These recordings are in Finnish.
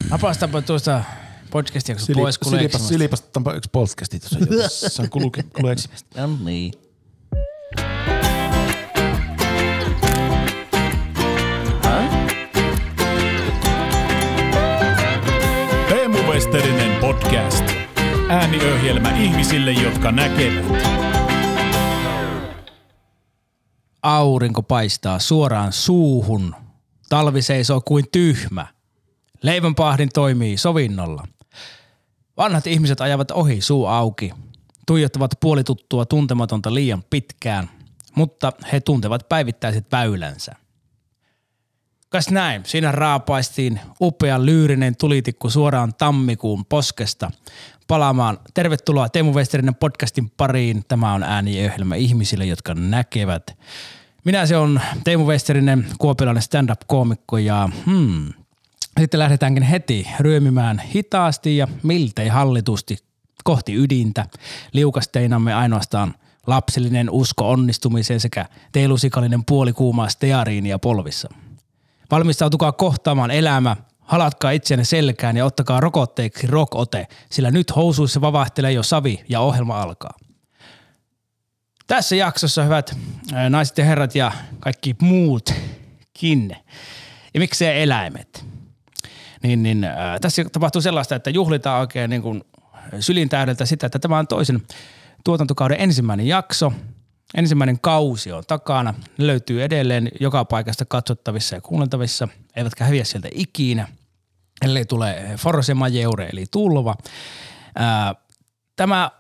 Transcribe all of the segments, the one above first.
Napastapa tuosta podcastia pois kuleeksimasta. Silipastapa yksi podcasti tuossa jutussa. Se on kuleeksimasta. No niin. Teemu Westerinen podcast. Ääniohjelma ihmisille, jotka näkevät. Aurinko paistaa suoraan suuhun. Talvi seisoo kuin tyhmä. Leivänpahdin toimii sovinnolla. Vanhat ihmiset ajavat ohi suu auki. Tuijottavat puolituttua tuntematonta liian pitkään, mutta he tuntevat päivittäiset väylänsä. Kas näin, siinä raapaistiin upea lyyrinen tulitikku suoraan tammikuun poskesta palaamaan. Tervetuloa Teemu Westerinen podcastin pariin. Tämä on ääniöhjelmä ihmisille, jotka näkevät. Minä se on Teemu Westerinen, kuopiolainen stand-up-koomikko ja sitten lähdetäänkin heti ryömimään hitaasti ja miltei hallitusti kohti ydintä. Liukasteinamme ainoastaan lapsellinen usko onnistumiseen sekä teelusikallinen puolikuumaa steariinia polvissa. Valmistautukaa kohtaamaan elämä, halatkaa itseänne selkään ja ottakaa rokotteeksi rock-ote, sillä nyt housuissa vavahtelee jo savi ja ohjelma alkaa. Tässä jaksossa, hyvät naiset ja herrat ja kaikki muutkin, ja miksei eläimet, tässä tapahtuu sellaista, että juhlitaan oikein niin kuin sylin täydeltä sitä, että tämä on toisen tuotantokauden ensimmäinen jakso. Ensimmäinen kausi on takana. Ne löytyy edelleen joka paikasta katsottavissa ja kuunneltavissa, eivätkä häviä sieltä ikinä, ellei tule force majeure eli tulva. Tämä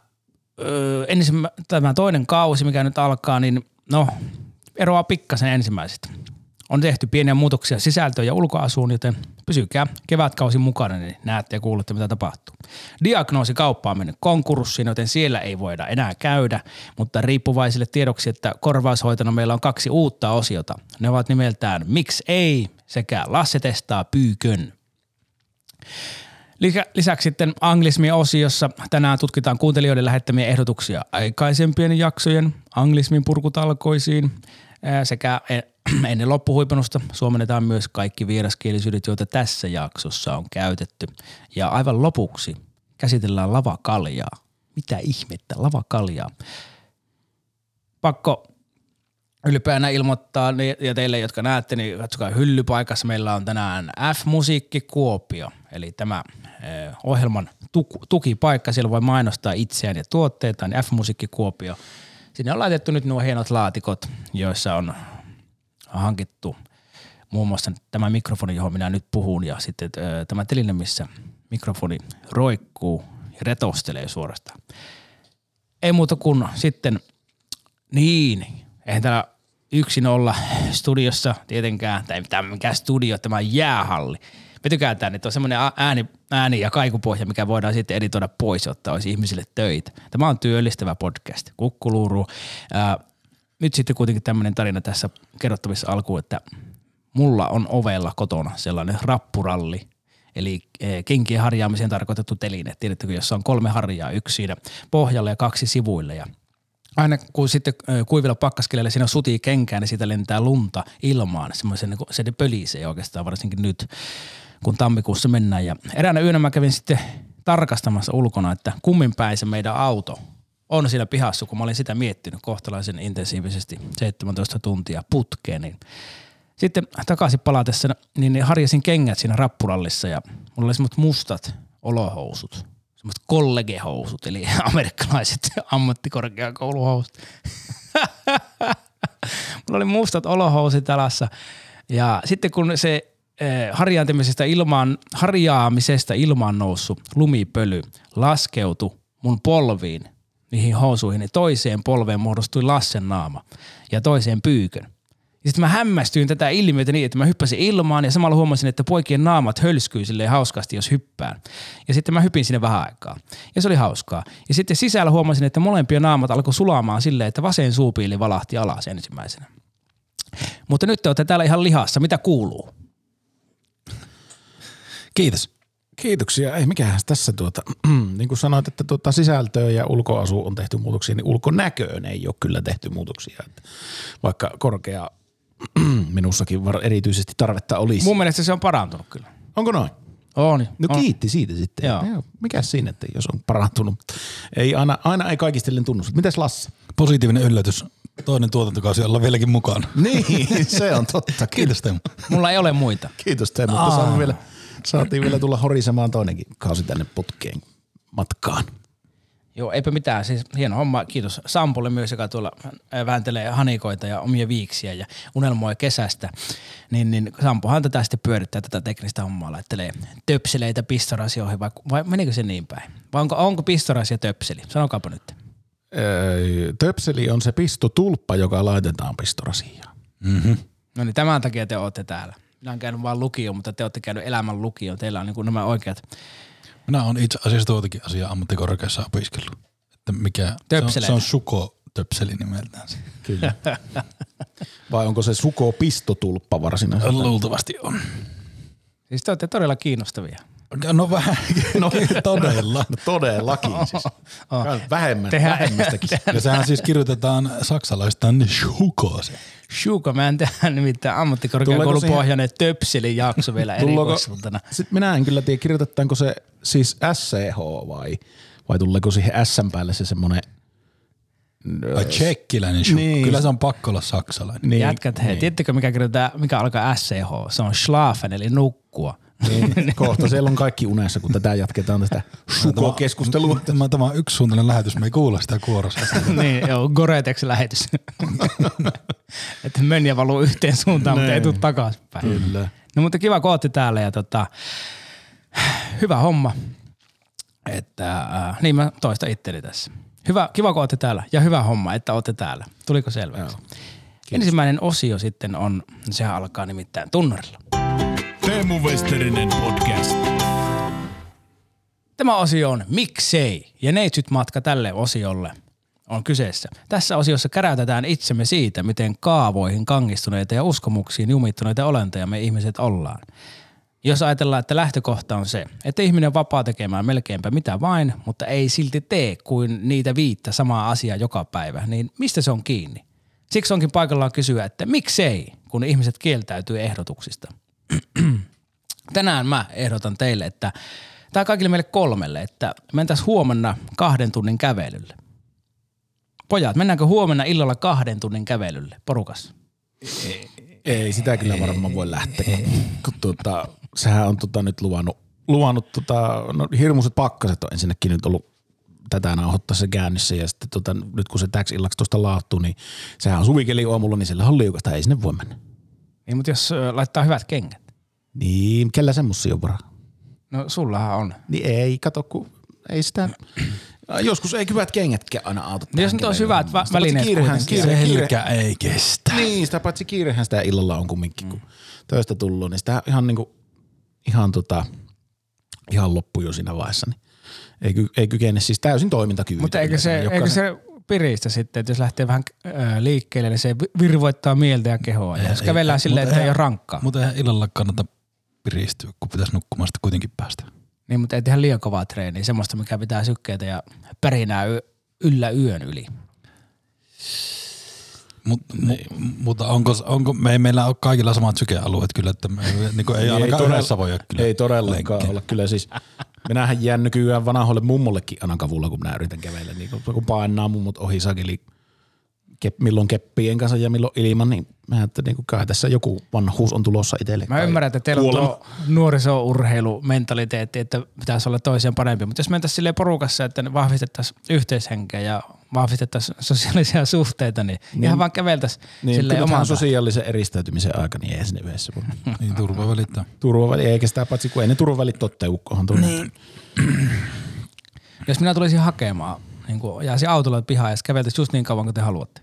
toinen kausi, mikä nyt alkaa, niin eroaa pikkasen ensimmäisestä. On tehty pieniä muutoksia sisältöön ja ulkoasuun, joten pysykää kevätkausi mukana, niin näette ja kuulette, mitä tapahtuu. Diagnoosikauppa on mennyt konkurssiin, joten siellä ei voida enää käydä, mutta riippuvaisille tiedoksi, että korvaushoitona meillä on 2 uutta osiota. Ne ovat nimeltään Miksi ei sekä Lasse testaa pyykön. Lisäksi sitten anglismi-osiossa tänään tutkitaan kuuntelijoiden lähettämiä ehdotuksia aikaisempien jaksojen anglismin purkutalkoisiin sekä ennen loppuhuipennusta suomennetaan myös kaikki vieraskielisyydet, joita tässä jaksossa on käytetty. Ja aivan lopuksi käsitellään lavakaljaa. Mitä ihmettä, lavakaljaa? Pakko ylpeänä ilmoittaa ja teille, jotka näette, niin katsokaa hyllypaikassa. Meillä on tänään F-musiikki Kuopio, eli tämä ohjelman tukipaikka. Siellä voi mainostaa itseään ja tuotteitaan, F-musiikki Kuopio. Sinne on laitettu nyt nuo hienot laatikot, joissa on hankittu muun muassa tämä mikrofoni, johon minä nyt puhun, ja sitten tämä teline, missä mikrofoni roikkuu ja retostelee suorastaan. Ei muuta kuin sitten, eihän täällä yksin olla studiossa tietenkään, tai tämä mikään studio, tämä on jäähalli. Me tykätään, että on semmoinen ääni ja kaikupohja, mikä voidaan sitten editoida pois, jotta olisi ihmisille töitä. Tämä on työllistävä podcast, kukkuluuru. Nyt sitten kuitenkin tämmöinen tarina tässä kerrottavissa alkuun, että mulla on ovella kotona sellainen rappuralli, eli kenkien harjaamiseen tarkoitettu teline. Tiedättekö, jossa on 3 harjaa, 1 siinä pohjalla ja 2 sivuille. Ja aina kun sitten kuivilla pakkaskeleilla siinä sutii kenkään, niin siitä lentää lunta ilmaan. Semmoisen, se pölisee oikeastaan varsinkin nyt, kun tammikuussa mennään. Ja eräänä yönä mä kävin sitten tarkastamassa ulkona, että kummin päin se meidän auto on siinä pihassa, kun mä olin sitä miettinyt kohtalaisen intensiivisesti 17 tuntia putkeen. Niin sitten takaisin palatessa niin harjasin kengät siinä rappurallissa ja mulla oli semmoiset mustat olohousut, semmoiset kollegehousut, eli amerikkalaiset ammattikorkeakouluhousut. Mulla oli mustat olohousit alassa ja sitten kun se harjaamisesta ilmaan noussut lumipöly laskeutui mun polviin, niihin housuihin, niin toiseen polveen muodostui Lassen naama ja toiseen pyykön. Ja sitten mä hämmästyin tätä ilmiötä niin, että mä hyppäsin ilmaan ja samalla huomasin, että poikien naamat hölskyy silleen hauskasti, jos hyppään. Ja sitten mä hypin sinne vähän aikaa. Ja se oli hauskaa. Ja sitten sisällä huomasin, että molempia naamat alkoi sulamaan silleen, että vasen suupiili valahti alas ensimmäisenä. Mutta nyt te olette täällä ihan lihassa. Mitä kuuluu? Kiitos. Kiitoksia. Ei mikähän tässä niin kuin sanoit, että sisältöön ja ulkoasuun on tehty muutoksia, niin ulkonäköön ei ole kyllä tehty muutoksia. Että vaikka korkea minussakin erityisesti tarvetta olisi. Mun mielestä se on parantunut kyllä. Onko noin? On. No kiitti siitä sitten. Joo. Mikäs siinä, että jos on parantunut. Ei aina ei kaikistellen tunnusta. Mitäs Lassi? Positiivinen yllätys. Toinen tuotantokausi ollaan vieläkin mukana. Niin, se on totta. Kiitos Teemu. Mulla ei ole muita. Kiitos Teemu, mutta saatiin vielä tulla horisemaan toinenkin kausi tänne putkeen matkaan. Joo, eipä mitään. Siis hieno homma. Kiitos Sampolle myös, joka tuolla vääntelee hanikoita ja omia viiksiä ja unelmoi kesästä. Niin Sampohan tätä sitten pyörittää tätä teknistä hommaa, laittelee töpseleitä pistorasioihin vai menikö se niin päin? Vai onko pistorasia töpseli? Sanokaapa nyt. Töpseli on se pistotulppa, joka laitetaan pistorasiaan. Mm-hmm. No niin, tämän takia te olette täällä. Minä olen käynyt vaan lukioon, mutta te olette käynyt elämän lukioon. Teillä on niin kuin nämä oikeat. Minä olen itse asiassa tuotakin asiaa ammattikorkeassa opiskellut. Että mikä se on suko-töpseli nimeltään. Kyllä. Vai onko se suko-pistotulppa varsinaisesti? Luultavasti on. Siis te olette todella kiinnostavia. No vähän, todella. No todellakin siis. Vähemmästäkin. Ja sehän siis kirjoitetaan saksalaistaan Schuko se. Schuko, mä en tehdä nimittäin ammattikorkeakoulupohjainen töpselin jakso vielä erikoisuutena. Sitten minä en kyllä tiedä, kirjoitetaanko se siis SCH vai tuleeko siihen S:n päälle se semmoinen vai tsekkiläinen Schuko. Niin. Kyllä se on pakko olla saksalainen. Niin. Jätkät, hei, tiedättekö mikä alkaa SCH? Se on schlafen eli nukkua. Niin, kohta siellä on kaikki unessa, kun tätä jatketaan tästä Schuko-keskustelua. Tämä on yksisuuntainen lähetys, me ei kuulla sitä kuorossa. Niin, joo, Goretex-lähetys. Että mönjä valuu yhteen suuntaan, mutta ei tule takaisinpäin. Kyllä. No mutta kiva, kun ootte täällä ja hyvä homma. Että niin mä toistan itteni tässä. Kiva, kun ootte täällä ja hyvä homma, että ootte täällä. Tuliko selväksi? Ensimmäinen osio sitten on, sehän alkaa nimittäin tunnarilla. Teemu Westerinen podcast. Tämä osio on Miksei ja neitsyt matka tälle osiolle on kyseessä. Tässä osiossa käräytetään itsemme siitä, miten kaavoihin kangistuneita ja uskomuksiin jumittuneita olentoja me ihmiset ollaan. Jos ajatellaan, että lähtökohta on se, että ihminen on vapaa tekemään melkeinpä mitä vain, mutta ei silti tee kuin niitä 5 samaa asiaa joka päivä, niin mistä se on kiinni? Siksi onkin paikallaan kysyä, että miksei, kun ihmiset kieltäytyy ehdotuksista. Tänään mä ehdotan teille, että tai kaikille meille 3, että mentäisiin huomenna 2 tunnin kävelylle. Pojat, mennäänkö huomenna illalla 2 tunnin kävelylle porukassa? Ei sitä kyllä varmaan voi lähteä, kun sehän on nyt luvannut no hirmuiset pakkaset on ensinnäkin nyt ollut tätä nauhoittaessa käynnissä ja sitten nyt kun se täksi illaksi tuosta laahtuu, niin sehän on suvikeli aamulla, niin sillä on liukasta, ei sinne voi mennä. Niin, mutta jos laittaa hyvät kengät. Niin, kellä semmosia on varaa? No sullahan on. Niin ei, kato kun ei sitä, joskus ei hyvät kengätkään aina autot. Niin jos nyt olisi hyvät välineet kuitenkin. Selkä ei kestä. Niin, sitä paitsi kiirehän sitä illalla on kumminkin, kun töistä tullut, niin sitä ihan loppu jo siinä vaiheessa, niin ei kykene siis täysin toimintakyvyttä. Mutta eikö se piristä sitten, että jos lähtee vähän liikkeelle, niin se virvoittaa mieltä ja kehoa. Ja jos kävellään silleen, että ei ole rankkaa. Mutta eihän illalla kannata piristyä, kun pitäisi nukkumaan sitten kuitenkin päästä. Niin, mutta ei tehdä liian kovaa treeniä, semmoista, mikä pitää sykkeitä ja pärinää yllä yön yli. Mutta onko meillä on kaikilla samat sykealueet kyllä, että niin ei ainakaan yhdessä voi kyllä. Ei todellakaan olla kyllä siis. Minähän jään nykyään vanhoille mummollekin aina kavulla, kun minä yritän kävellä. Niin kun painaa mummot ohi sakeli, milloin keppien kanssa ja milloin ilman, niin mä että niin kai tässä joku vanhuus on tulossa itselle. Mä ymmärrän, että teillä on tuo nuoriso-urheilumentaliteetti, että pitäisi olla toisiaan parempi. Mutta jos mentäisiin silleen porukassa, että vahvistettaisiin yhteishenkeä ja vahvistettaisiin sosiaalisia suhteita, niin ihan vaan käveltäisiin silleen omaan. Sosiaalisen eristäytymisen aika, niin ei sinne yhdessä voi. Niin turvavälittää. Turvaväli, eikä sitä paitsi, kun ei ne turvavälit toteukohan tunnettu. Niin. Jos minä tulisin hakemaan, niin kun jääsin autolla pihaan ja käveltäisiin just niin kauan kuin te haluatte.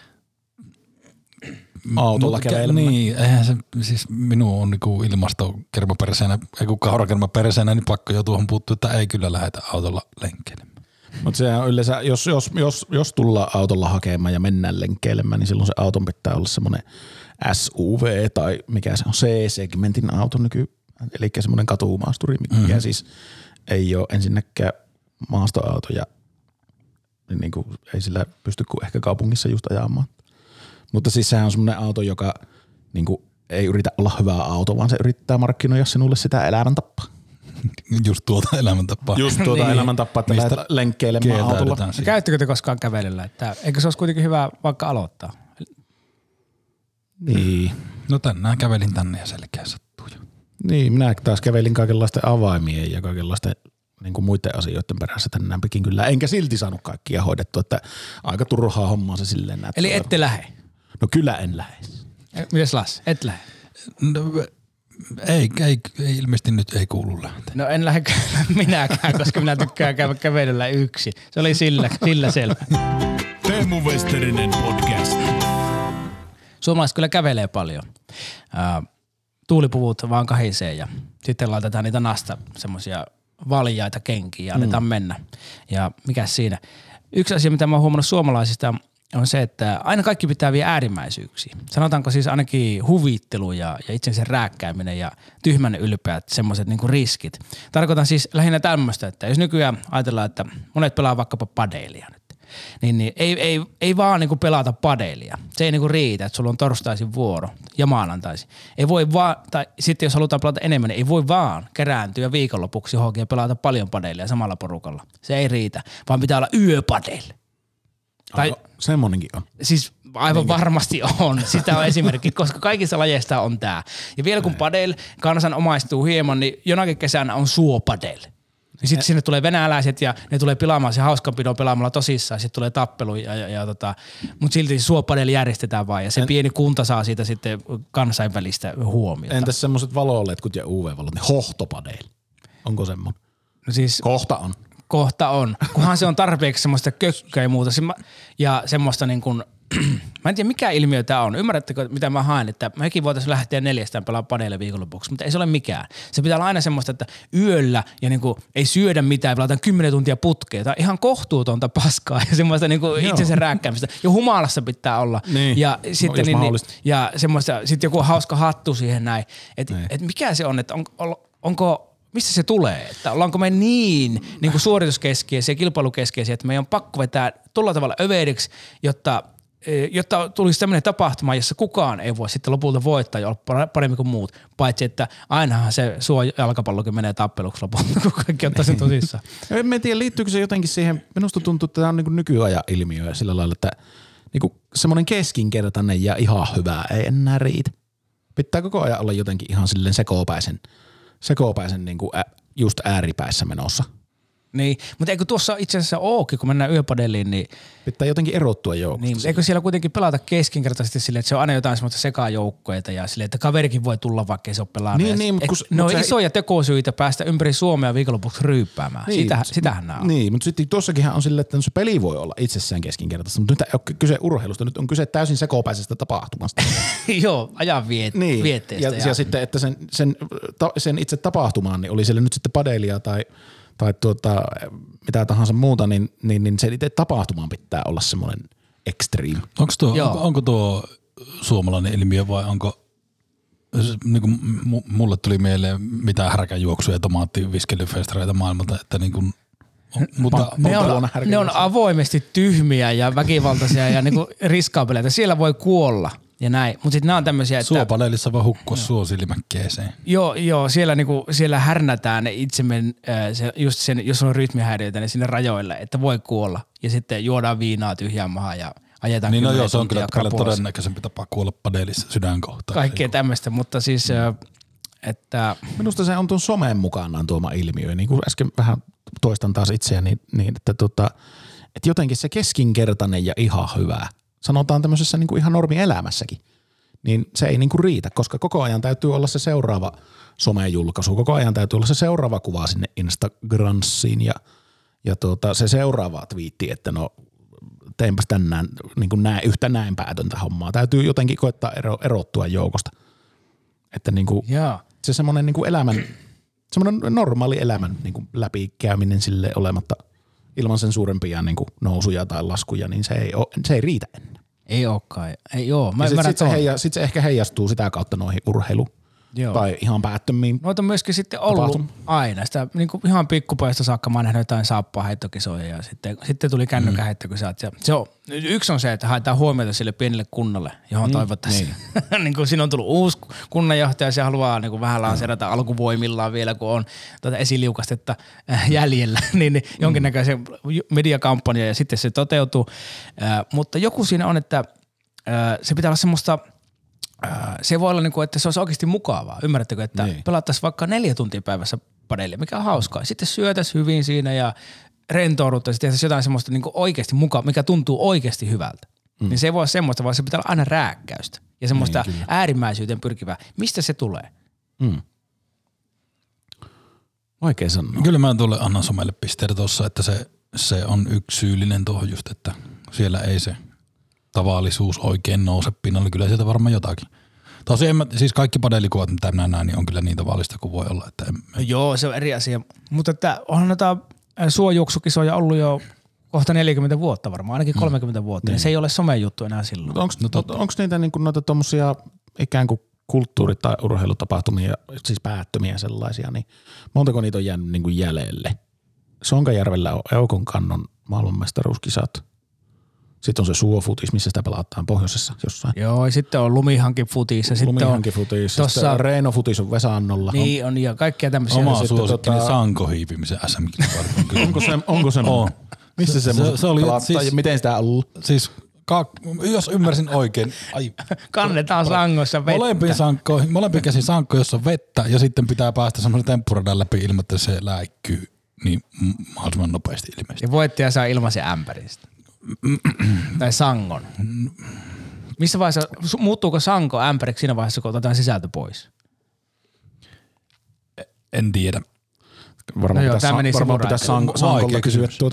Autolla kävelemään. Niin, eihän se, siis minun on niinku ilmastokermaperäisenä, kaurakermaperäisenä, niin pakko jo tuohon puuttua, että ei kyllä lähdetä autolla lenkkeilemään. Mutta sehän on yleensä, jos tullaan autolla hakemaan ja mennään lenkkeilemään, niin silloin se auton pitää olla semmoinen SUV tai mikä se on, C-segmentin auto eli semmoinen katumaasturi, mikä siis ei ole ensinnäkään maastoauto ja niin kuin ei sillä pysty kuin ehkä kaupungissa just ajamaan. Mutta siis sehän on semmoinen auto, joka niin kuin ei yritä olla hyvä auto, vaan se yrittää markkinoida sinulle sitä elämäntappaa. Just tuota elämäntapaa. Just tuota Niin. elämäntapaa, että lähdet lenkkeilemään autolla. Kieltäydytään No, siitä. käyttekö te koskaan kävelyllä? Että, eikö se olisi kuitenkin hyvä vaikka aloittaa? Niin. No tänään kävelin tänne ja selkeä sattuu. Niin, minä taas kävelin kaikenlaisten avaimien ja kaikenlaisten niin kuin muiden asioiden perässä tänään pikin kyllä. Enkä silti saanut kaikkia hoidettua, että aika turhaa hommaa se silleen näyttää. Eli ette lähe. No kyllä en lähde. Mites Lassi? Et lähe? No, ei, ilmeisesti nyt ei kuulu lähteä. No en lähde minäkään, koska minä tykkään käydä kävelyllä yksin. Se oli sillä selvä. Teemu Westerinen podcast. Suomalaiset kyllä kävelee paljon. Tuulipuvut vaan kahisee ja sitten laitetaan niitä nasta semmoisia valjaita kenkiä ja annetaan mennä. Ja mikäs siinä? Yksi asia, mitä mä oon huomannut suomalaisista on se, että aina kaikki pitää vie äärimmäisyyksiin. Sanotaanko siis ainakin huvittelu ja itsensä rääkkääminen ja tyhmän ylpeät semmoiset niinku riskit. Tarkoitan siis lähinnä tämmöistä, että jos nykyään ajatellaan, että monet pelaa vaikkapa padeilia nyt, niin ei vaan niinku pelata padeilia. Se ei niinku riitä, että sulla on torstaisin vuoro ja maanantaisin. Ei voi vaan, tai sitten jos halutaan pelata enemmän, niin ei voi vaan kerääntyä viikonlopuksi johonkin ja pelata paljon padeilia samalla porukalla. Se ei riitä, vaan pitää olla yöpadeille. Tai semmonenkin on. siis aivan varmasti on. Sitä on esimerkki, koska kaikissa lajeista on tää. Ja vielä kun padel kansan omaistuu hieman, niin jonakin kesänä on suopadel. Ja sitten sinne tulee venäläiset ja ne tulee pilaamaan se hauskanpidon pelaamalla tosissaan. Sitten tulee tappelu, mutta silti suopadel järjestetään vaan. Ja se pieni kunta saa siitä sitten kansainvälistä huomiota. Entäs semmoiset valoletkut ja UV-valot, niin hohtopadeil. Onko semmoinen? No siis Kohta on. kunhan se on tarpeeksi semmoista kökköä ja muuta. Ja semmoista niin kuin, mä en tiedä mikä ilmiö tää on. Ymmärrättekö mitä mä haen, että mekin voitaisiin lähteä 4 pelaa padeille viikonlopuksi, mutta ei se ole mikään. Se pitää olla aina semmoista, että yöllä ja niin kuin ei syödä mitään, pelataan 10 tuntia putkea. Tämä on ihan kohtuutonta paskaa ja semmoista niin kuin itsensä rääkkäämistä. Ja humalassa pitää olla. Niin. Ja sitten ja semmoista, sitten joku hauska hattu siihen näin. Että mikä se on, että onko mistä se tulee? Että ollaanko me niin kuin suorituskeskeisiä ja kilpailukeskeisiä, että meidän on pakko vetää tuolla tavalla överiksi, jotta tulisi tämmöinen tapahtuma, jossa kukaan ei voi sitten lopulta voittaa ja olla paremmin kuin muut. Paitsi, että ainahan se jalkapallokin menee tappeluksi lopulta, kun kaikki ottaa sen tosissaan. En tiedä, liittyykö se jotenkin siihen, minusta tuntuu, että tämä on niin nykyajan ilmiö ja sillä lailla, että niin semmoinen keskinkertainen ja ihan hyvä ei enää riitä. Pitää koko ajan olla jotenkin ihan silleen sekopäisen niin kuin just ääripäissä menossa. Niin, mutta eikö tuossa itse asiassa ookin, kun mennään yöpadeliin, niin pitää jotenkin erottua joukosta. Niin, eikö siellä kuitenkin pelata keskinkertaisesti silleen, että se on aina jotain semmoista sekajoukkoita ja silleen, että kaverikin voi tulla, vaikka ei se ole pelannut. Niin, ne on isoja tekosyitä päästä ympäri Suomea viikonlopuksi ryyppäämään. Niin, sitähän nämä on. Niin, mutta sitten tuossakinhan on silleen, että se peli voi olla itsessään keskinkertaista, mutta nyt ei ole kyse urheilusta, nyt on kyse täysin sekopäisestä tapahtumasta. Joo, ajan vietteestä. Ja sitten, että sen itse tapahtumaan, niin oli siellä nyt sitten padelia tai mitä tahansa muuta, niin se itse tapahtumaan pitää olla semmoinen extreme. Onko tuo suomalainen ilmiö vai onko, niin kuin mulle tuli mieleen mitään härkäjuoksuja ja tomaattiviskelyfestareita maailmalta, että niin kuin, mutta ne on avoimesti tyhmiä ja väkivaltaisia ja niinku riskaapeleita. Siellä voi kuolla. Ja näin, mutta sitten nämä on tämmöisiä, että suopaneelissa voi hukkua suosilmäkkeeseen. Joo, siellä härnätään ne itsemme, just sen, jos on rytmihäiriöitä, niin sinne rajoille, että voi kuolla. Ja sitten juodaan viinaa tyhjään maahan ja ajetaan niin 10 se on tuntia kyllä todennäköisempi tapa kuolla padelissa sydänkohtaan. Kaikkea tämmöistä, mutta siis, että minusta se on tuon somen mukanaan tuoma ilmiö. Niin kuin äsken vähän toistan taas itseäni, niin että jotenkin se keskinkertainen ja ihan hyvä, sanotaan tämmöisessä niin kuin ihan normielämässäkin, niin se ei niin kuin riitä, koska koko ajan täytyy olla se seuraava somejulkaisu, koko ajan täytyy olla se seuraava kuva sinne Instagramsiin ja se seuraava twiitti, että no teinpäs tänään niin kuin yhtä näin päätöntä hommaa. Täytyy jotenkin koettaa erottua joukosta, että niin kuin se semmoinen niin kuin semmoinen normaali elämän niin kuin läpikäyminen sille olematta ilman sen suurempia niin kuin nousuja tai laskuja, niin se ei riitä enää. Ei olekaan. Ei oo. Sitten se ehkä heijastuu sitä kautta noihin urheiluihin Joo. Tai ihan päättömiin. Noita on myöskin sitten ollut aina. Sitä niin kuin ihan pikkupojasta saakka mä oon nähnyt jotain saappaa heittokisoja ja sitten tuli kännykän heittokisaat. Ja yksi on se, että haetaan huomiota sille pienelle kunnalle, johon toivottaisiin. Niin kuin siinä on tullut uusi kunnanjohtaja, se haluaa niin kuin vähän lanseerata alkuvoimillaan vielä, kun on esiliukastetta jäljellä, niin jonkinnäköisen mediakampanja ja sitten se toteutuu. Mutta joku siinä on, että se pitää olla semmoista, se voi olla niin kuin, että se olisi oikeasti mukavaa. Ymmärrättekö, että pelattaisiin vaikka 4 tuntia päivässä padelia, mikä on hauskaa. Sitten syötäisiin hyvin siinä ja rentouduttaisiin, tehtäisiin jotain semmoista niin kuin oikeasti mukavaa, mikä tuntuu oikeasti hyvältä. Niin se ei voi olla semmoista, vaan se pitää olla aina rääkkäystä ja semmoista äärimmäisyyteen pyrkivää. Mistä se tulee? Oikein sanoa. Kyllä mä tuolle annan somelle pisteitä tuossa, että se on yksi syyllinen tuohon just, että siellä ei se tavallisuus oikein nouse pinnalle. Kyllä sieltä varmaan jotakin. Tosiaan siis kaikki padelikuvat, mitä minä näen, niin on kyllä niin tavallista kuin voi olla. Että Joo, se on eri asia. Mutta että onhan näitä suojuoksukisoja ollut jo kohta 40 vuotta varmaan, ainakin 30 vuotta. Niin se ei ole somejuttu enää silloin. Onko niitä niin kuin noita tommosia ikään kuin kulttuuri- tai urheilutapahtumia, siis päättömiä sellaisia, niin montako niitä on jäänyt niin kuin jäljelle? Sonkajärvellä on Eukon kannon maailmanmestaruuskisat. Sitten on se suofutis, missä sitä pelataan pohjoisessa jossain. Joo, ja sitten on lumihankifutis. Lumihankifutis. Sitten Reino-futis on Vesannolla. Niin on, ja kaikkia tämmöisiä. Oma suosikkini sankohiipimisen SM-kilpailu. Onko se? Missä se oli pelataan siis, ja miten sitä on ollut? Siis jos ymmärsin oikein. Kannetaan sangossa vettä. Molempiin käsin sankko, jossa on vettä ja sitten pitää päästä semmoisen temppuradan läpi ilman, että se läikkyy niin mahdollisimman nopeasti ilmeisesti. Ja voittaja saa ilmaisen ämpäristä. Tai sangon. Missä vaiheessa, muuttuuko sanko ämpäriksi siinä vaiheessa, kun otetaan sisältö pois? En tiedä. Varmaan pitäisi sankolle kysyä tuota.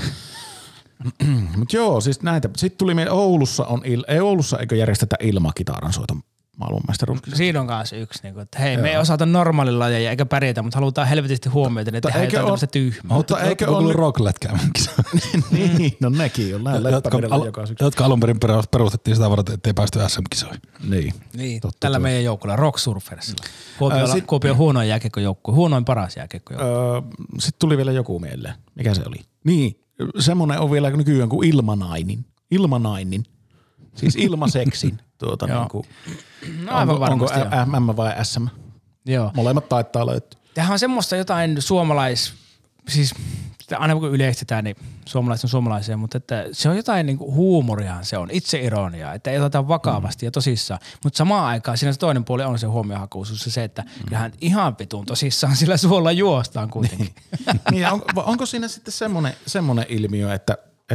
Mut joo, siis näitä. Sitten tuli meidän Oulussa eikö järjestetä ilmakitaran soiton maailmanmestaruuskisa. Siinä on kanssa yksi, niin kuin, että hei, me ei osata normaalilla lajeja eikä pärjätä, mutta halutaan helvetisti huomioida, että tehdään jotain tämmöistä tyhmää. Mutta eikö ollut rocklätkäämänkin? Niin, no nekin on. Jotka alun perin perustettiin sitä varten, ettei päästy SM-kisoihin. Niin tällä meidän joukkueella, Rocksurfersilla. Kuopio huonoin jääkiekkojoukkue, huonoin paras jääkiekkojoukkue. Sitten tuli vielä joku mieleen. Mikä se oli? Niin, semmoinen on vielä nykyään kuin Ilmanainen. Siis ilmaseksin. Niinku, no aivan varmasti. Onko MM vai SM? Joo. Molemmat taittaa löytyä. Tämähän on semmoista jotain siis aina kun yleistetään, niin suomalaiset on suomalaisia, mutta että se on jotain niinku huumoriahan se on, itseironiaa, että ei oteta vakavasti ja tosissaan. Mutta samaan aikaan siinä se toinen puoli on se huomiohakuisuus ja se, että kyllähän ihan pitun tosissaan sillä suolla juostaan kuitenkin. Niin, onko siinä sitten semmoinen ilmiö, että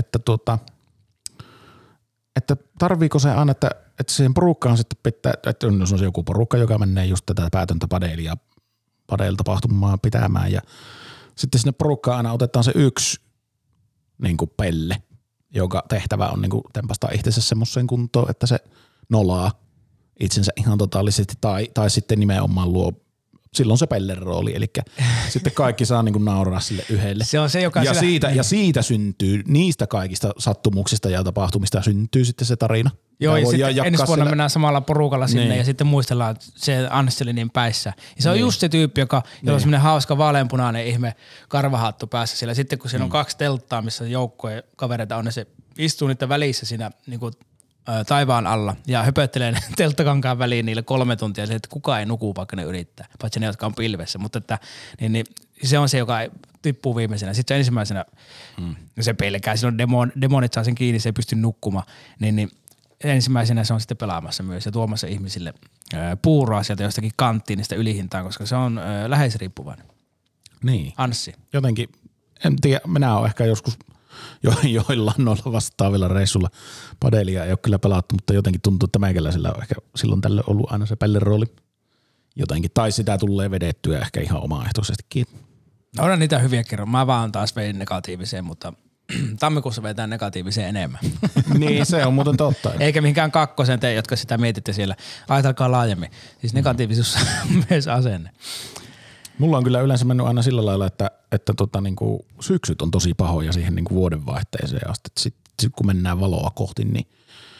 tarviiko se aina, että siihen porukkaan sitten pitää, että jos on se joku porukka, joka menee just tätä päätöntä padel-tapahtumaa pitämään ja sitten sinne porukkaan aina otetaan se yksi niin kuin pelle, joka tehtävä on niin kuin tempastaa itsensä semmoiseen kuntoon, että se nolaa itsensä ihan totaalisesti tai sitten nimenomaan luo silloin se pellen rooli, eli sitten kaikki saa niinku nauraa sille yhdelle. Se on se, joka ja siitä syntyy, niistä kaikista sattumuksista ja tapahtumista syntyy sitten se tarina. Joo, ja sitten ensi vuonna mennään samalla porukalla sinne ja sitten muistellaan se Anseli niin päissä. Ja se on just se tyyppi, jolla on semmoinen hauska vaaleanpunainen ihme karvahattu päässä siellä. Sitten kun siinä on 2 telttaa, missä joukkoja kavereita on, ja se istuu niiden välissä siinä niinku taivaan alla ja höpöttelee telttakankaan väliin niille 3 tuntia, että kukaan ei nuku, vaikka ne yrittää, paitsi ne, jotka on pilvessä. Mutta että, niin se on se, joka tippuu viimeisenä. Sitten se ensimmäisenä, se pelkää, silloin demonit saa sen kiinni, se ei pysty nukkumaan, niin ensimmäisenä se on sitten pelaamassa myös ja tuomassa ihmisille puuroa sieltä jostakin kanttiin niistä ylihintaan, koska se on läheisriippuvainen. Niin. Anssi. Jotenkin, en tiedä, minä olen ehkä joskus joillain noilla vastaavilla reissulla padelia ei ole kyllä pelattu, mutta jotenkin tuntuu, että meikäläisellä on ehkä silloin tällöin ollut aina se pellen rooli jotenkin. Tai sitä tulee vedettyä ehkä ihan omaehtoisestikin. On niitä hyviä kerran. Mä vaan taas vein negatiiviseen, mutta tammikuussa vetään negatiiviseen enemmän. Niin, se on muuten totta. Eikä mihinkään kakkosen te, jotka sitä mietitte siellä. Ajatelkaa laajemmin. Siis negatiivisuus on myös asenne. Mulla on kyllä yleensä mennyt aina sillä lailla, että niinku syksyt on tosi pahoja siihen niinku vuodenvaihteeseen asti. Sitten kun mennään valoa kohti, niin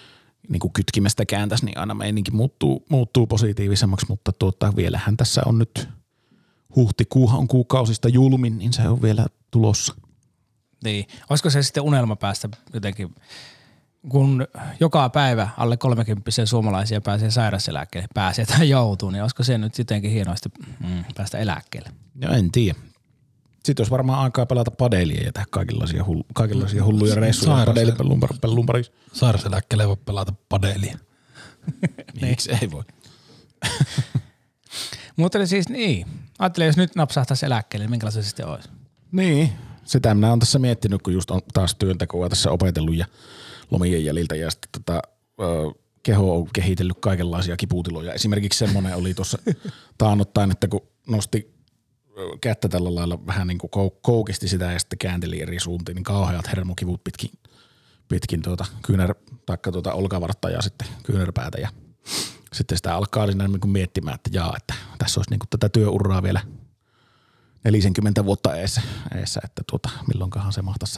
niinku kytkimestä kääntäisi, niin aina meininki muuttuu positiivisemmaksi, mutta vielähän tässä on nyt huhtikuuhan on kuukausista julmin, niin se on vielä tulossa. Niin, olisiko se sitten unelma päästä jotenkin, kun joka päivä alle 30 suomalaisia pääsee sairauseläkkeelle, pääsee tai joutuu, niin olisiko se nyt jotenkin hienoisesti päästä eläkkeelle? No en tiedä. Sitten olisi varmaan aikaa pelata padelia ja tehdä kaikenlaisia hulluja reissuja padelipellun parissa. Sairauseläkkeelle voi pelata padelia. Miksi ei voi? Mutta siis niin, ajattelin, jos nyt napsahtaisi eläkkeelle, niin minkälaista se sitten olisi? Niin, sitä minä olen tässä miettinyt, kun just on taas työntekoa tässä opetellut ja lomien jäljiltä ja sitten keho on kehitellyt kaikenlaisia kiputiloja. Esimerkiksi semmoinen oli tuossa taannuttain, että kun nosti kättä tällä lailla vähän niin kuin koukisti sitä ja sitten käänteli eri suuntiin, niin kauheat hermokivut pitkin olkavartta ja sitten kyynärpäätä ja sitten sitä alkaa siinä niin kuin miettimään, että tässä olisi niin kuin tätä työuraa vielä 40 vuotta eessä että milloinkahan se mahtaisi se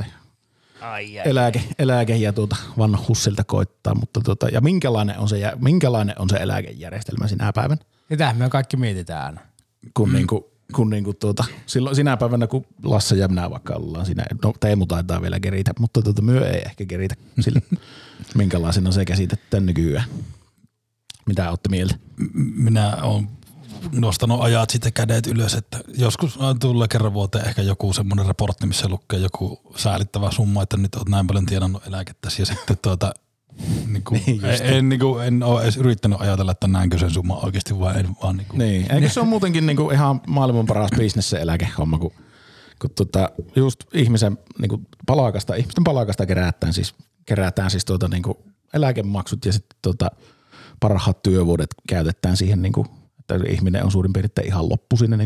eläke ja vanhuus siltä koittaa, mutta ja minkälainen on se eläkejärjestelmä sinä päivänä? Sitähän me kaikki mietitään aina. Kun silloin sinä päivänä, kun Lasse ja minä vaikka ollaan siinä, no Teemu taitaa vielä keritä, mutta myö ei ehkä keritä sillä, minkälaisena se käsitetään nykyään. Mitä olette mieltä? Minä olen nostanut ajat sitten kädet ylös, että joskus tulee kerran vuoteen ehkä joku semmoinen raportti, missä lukee joku säälittävä summa, että nyt olet näin paljon tienannut eläkettäsi ja sitten en ole edes yrittänyt ajatella, että näinkö sen summa oikeasti vai en vaan Niin, eikö se on muutenkin ihan maailman paras bisnes se eläkehomma, kun just ihmisten palakasta kerätään siis eläkemaksut ja sitten parhaat työvuodet käytetään siihen että ihminen on suurin piirtein ihan loppu sinne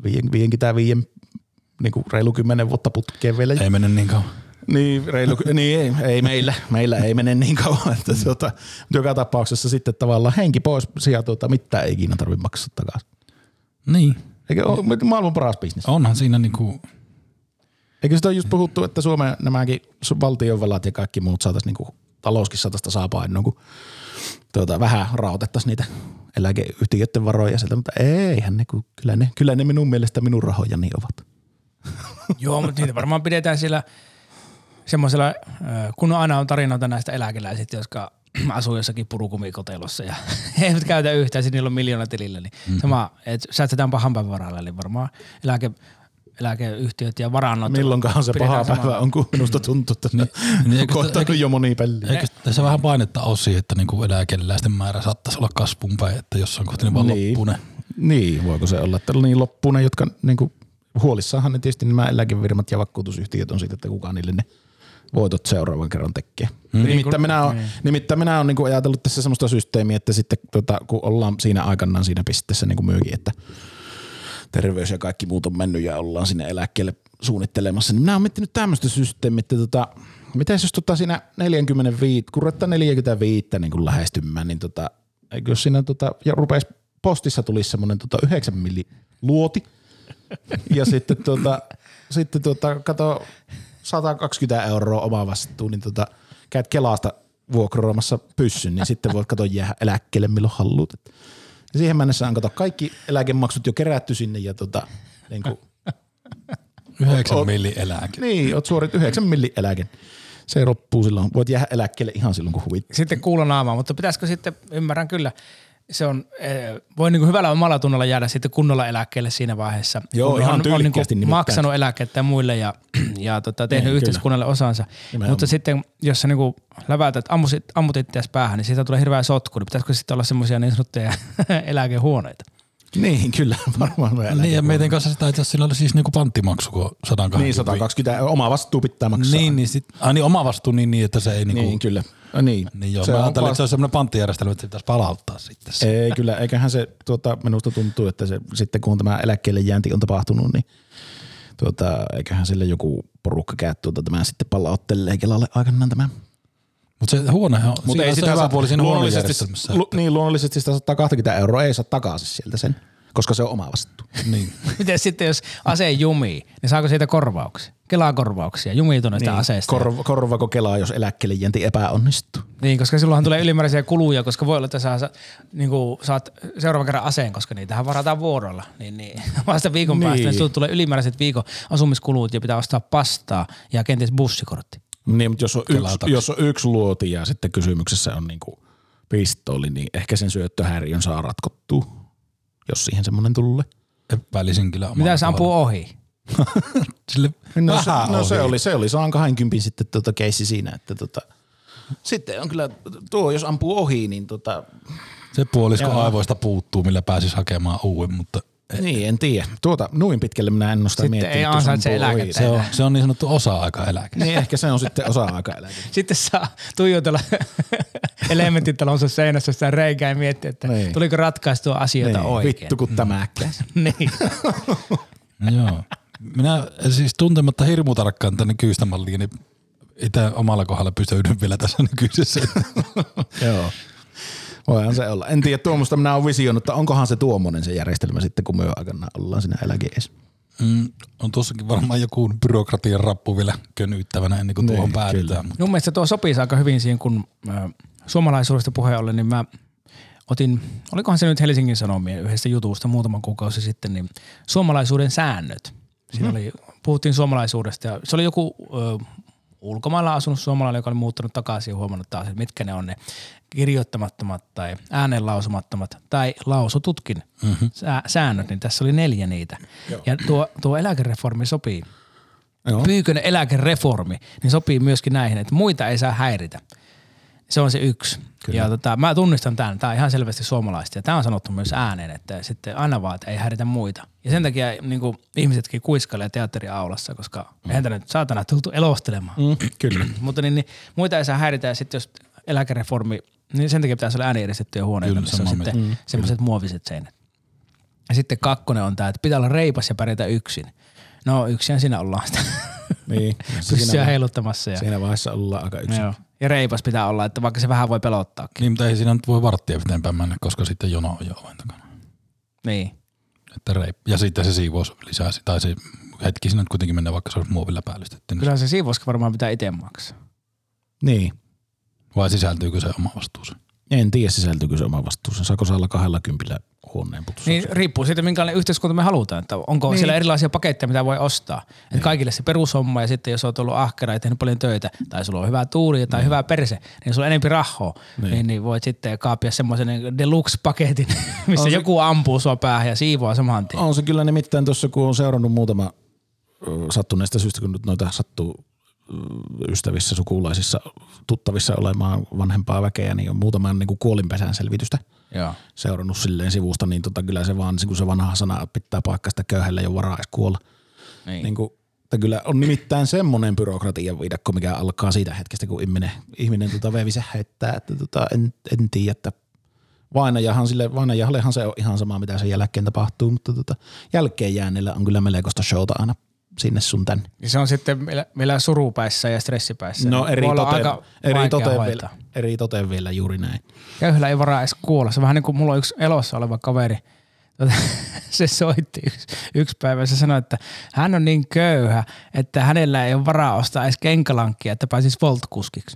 reilu 10 vuotta putkeen vielä. Ei mene niin kauan. Niin, ei meillä ei mene niin kauan, että joka tapauksessa sitten tavallaan henki pois sieltä mitään ei ikinä tarvitse maksaa takaisin. Niin. Eikö ole maailman paras bisnes? Onhan siinä Eikö sitä ole just puhuttu, että Suomen nämäkin valtionvelat ja kaikki muut saataisiin talouskin saataisiin tasapainoon, kun vähän rahoitettaisiin niitä eläkeyhtiöiden varoja sieltä, mutta eihän ne, kyllä ne minun mielestä minun rahojani ovat. Joo, mutta niitä varmaan pidetään siellä semmoisella, kun aina on tarinoita näistä eläkeläisistä, jotka asuu jossakin purukumikotelossa ja he eivät käytä yhtään, niillä on miljoonatilillä, niin sama, että säästetään pahan päivän varalle, eli varmaan eläkeyhtiöt ja varannot. Milloinkahan se paha päivä on, kun minusta tuntuu, että on kohtanut jo moni pelli. Eikö tässä vähän painetta ole siihen, että eläkeläisten määrä saattaisi olla kasvun päin, että jossain kohtaa niin vaan loppuun? Niin, voiko se olla, että niin loppuun, jotka huolissaanhan ne tietysti nämä eläkefirmat ja vakuutusyhtiöt on siitä, että kukaan niille ne voitot seuraavan kerran tekee. Nimittäin minä olen ajatellut tässä semmoista systeemiä, että sitten kun ollaan siinä aikanaan siinä pisteessä myökin, että terveys ja kaikki muut on mennyt ja ollaan sinne eläkkeelle suunnittelemassa, niin minä olen miettinyt tämmöistä systeemiä, että mitäs jos siinä 45, kun ruvetaan 45 lähestymään, niin eikö jos siinä ja rupeisi postissa tulisi semmoinen 9 milli luoti ja sitten kato 120 € oma vastuu, niin käyt Kelasta vuokraamassa pyssyn, niin sitten voit jäädä eläkkeelle milloin haluat. Ja siihen mennessä on kaikki eläkemaksut jo kerätty sinne ja 9 milli eläke. Niin, oot suorit 9 milli eläke. Se loppuu silloin. Voit jäädä eläkkeelle ihan silloin, kun huvittaa. Sitten kuulonaamaan, mutta pitäisikö sitten, ymmärrän kyllä, se on, voi hyvällä omalla tunnolla jäädä sitten kunnolla eläkkeelle siinä vaiheessa. Joo, ihan tyylikkäästi on maksanut eläkettä ja muille ja tehnyt yhteiskunnalle osansa. Mutta sitten, jos sä läväytät, ammut itseäsi päähän, niin siitä tulee hirveä sotku. Niin pitäisikö sitten olla semmoisia niin sanottuja eläkehuoneita? Niin, kyllä, varmaan. Niin, ja meidän kanssa sitä, että sillä oli siis panttimaksu, kun 120. Niin, 120, oma vastuu pitää maksaa. Niin oma vastuu niin, että se ei Niin, kyllä. Niin joo, mä ajattelin, että se on semmoinen panttijärjestelmä, että se pitäisi palauttaa sitten. Ei, kyllä, eiköhän se, minusta tuntuu, että se sitten kun tämä eläkkeelle jäänti on tapahtunut, niin eiköhän sille joku porukka käy tämän sitten palauttelee Kelalle aikanaan tämän. Mutta se huonehan on, mutta ei sitä hyvä puoli siinä huonejärjestelmässä. Niin, luonnollisesti sitä 120 € ei saa takaisin sieltä sen. koska se on oma vastuu. Niin. Miten sitten, jos ase jumii, niin saako siitä korvauksia? Kela-korvauksia, jumiutuneista Niin, aseista. korvaako Kelaa, jos eläkkeelle jänti epäonnistuu? Niin, koska silloinhan tulee ylimääräisiä kuluja, koska voi olla, että saat seuraavan kerran aseen, koska niitähän varataan vuorolla. Niin vasta viikon päästä, niin sinulle tulee ylimääräiset viikon asumiskulut ja pitää ostaa pastaa ja kenties bussikortti. Niin, mutta jos on yksi luoti ja sitten kysymyksessä on niinku pistooli, niin ehkä sen syöttöhäiriön saa ratkottua, jos siihen semmoinen tulee. Epäilisin kyllä omalla Mitä se ampuu ohi? Sille Se oli 120 sitten keissi siinä, että sitten on kyllä jos ampuu ohi, niin se puolisko aivoista puuttuu, millä pääsisi hakemaan uuden, mutta niin, en tiedä. Noin pitkälle minä en ole sitä miettinyt. Sitten ei ansaitse eläkettä. Se on niin sanottu osa-aikaeläke. Niin, ehkä se on sitten osa-aikaeläke. Sitten saa tuijotella elementtitalonsa seinässä sitä reikää ja miettiä, että tuliko ratkaistua asioita oikein. Vittu kun tämäkkäs. Niin. Joo. Minä siis tuntematta hirmutarkkaan tänne nykyistä mallia, niin itse omalla kohdalla pysäydyn vielä tässä nykyisessä. Joo. Voihan se olla. En tiedä, tuommoista minä olen visioinut, että onkohan se tuommoinen se järjestelmä sitten, kun me aikana ollaan siinä eläkeessä. On tuossakin varmaan joku byrokratian rappu vielä könyyttävänä ennen kuin tuohon päädytään. Mun mielestä tuo sopii aika hyvin siihen, kun suomalaisuudesta puheen ollen, niin mä otin, olikohan se nyt Helsingin Sanomien yhdestä jutusta muutaman kuukausi sitten, niin suomalaisuuden säännöt. Siinä puhuttiin suomalaisuudesta ja se oli joku ulkomailla asunut suomalainen, joka oli muuttanut takaisin ja huomannut taas, että mitkä ne on ne kirjoittamattomat tai äänenlausumattomat tai lausututkin säännöt, niin tässä oli 4 niitä. Joo. Ja tuo eläkereformi sopii. Joo. Pyykönen eläkereformi, niin sopii myöskin näihin, että muita ei saa häiritä. Se on se 1. Kyllä. Ja mä tunnistan tämän. Tämä on ihan selvästi suomalaista. Ja tämä on sanottu myös ääneen, että sitten aina vaan, että ei häiritä muita. Ja sen takia niin kuin ihmisetkin kuiskailee teatteriaulassa, koska eihän tämä nyt saatana tultu elostelemaan. Kyllä. Mutta niin, muita ei saa häiritä ja sitten jos eläkereformi, niin sen takia pitäisi olla äänieristettyjä huoneita, missä on sitten semmoiset muoviset seinät. Ja sitten 2 on tämä, että pitää olla reipas ja pärjätä yksin. No yksin siinä ollaan sitä. Niin. Pyssyä heiluttamassa. Ja siinä vaiheessa ollaan aika yksin. Joo. Ja reipas pitää olla, että vaikka se vähän voi pelottaakin. Niin, mutta ei siinä nyt voi varttia eteenpäin mennä, koska sitten jono on jo oven takana. Niin. Että ja sitten se siivous lisää, tai se hetki siinä kuitenkin mennä, vaikka se olisi muovilla päällystetty. Kyllä se siivouskin varmaan pitää itse maksaa. Niin. Vai sisältyykö se oma vastuussa? En tiedä, sisältyykö se oma vastuussa. Saako saada 20 huoneen putussa? Niin riippuu siitä, minkälainen yhteiskunta me halutaan. Että onko siellä erilaisia paketteja, mitä voi ostaa. Että kaikille se perushomma ja sitten jos olet ollut ahkera ja tehnyt paljon töitä tai sulla on hyvä tuuri tai hyvä perse, niin sulla on enempi rahaa. Niin voit sitten kaapia semmoisen deluxe-paketin, missä joku ampuu sua päähän ja siivoaa saman tien. On se kyllä nimittäin tuossa, kun on seurannut muutama sattuneesta syystä, kun nyt noita sattuu ystävissä, sukulaisissa, tuttavissa olemaan vanhempaa väkeä, niin on muutaman niin kuin kuolinpesän selvitystä seurannut silleen sivusta, niin kyllä se vaan, kun se vanha sana pitää paikkaa, sitä köyhällä jo varaa edes kuolla. Niin kuin, että kyllä on nimittäin semmoinen byrokratian viidakko, mikä alkaa siitä hetkestä, kun ihminen veivisen heittää, että en tiedä, että vainajahallehan se on ihan sama, mitä sen jälkeen tapahtuu, mutta jälkeen jääneellä on kyllä melkoista showta aina sinne sun tänne. Ja se on sitten vielä surupäissä ja stressipäissä. No eri toteen vielä juuri näin. Köyhällä ei varaa edes kuolla. Se on vähän niin kuin mulla on yksi elossa oleva kaveri. Se soitti yksi päivä. Se sanoi, että hän on niin köyhä, että hänellä ei ole varaa ostaa edes kenkälankkia, että pääsisi Volt-kuskiksi.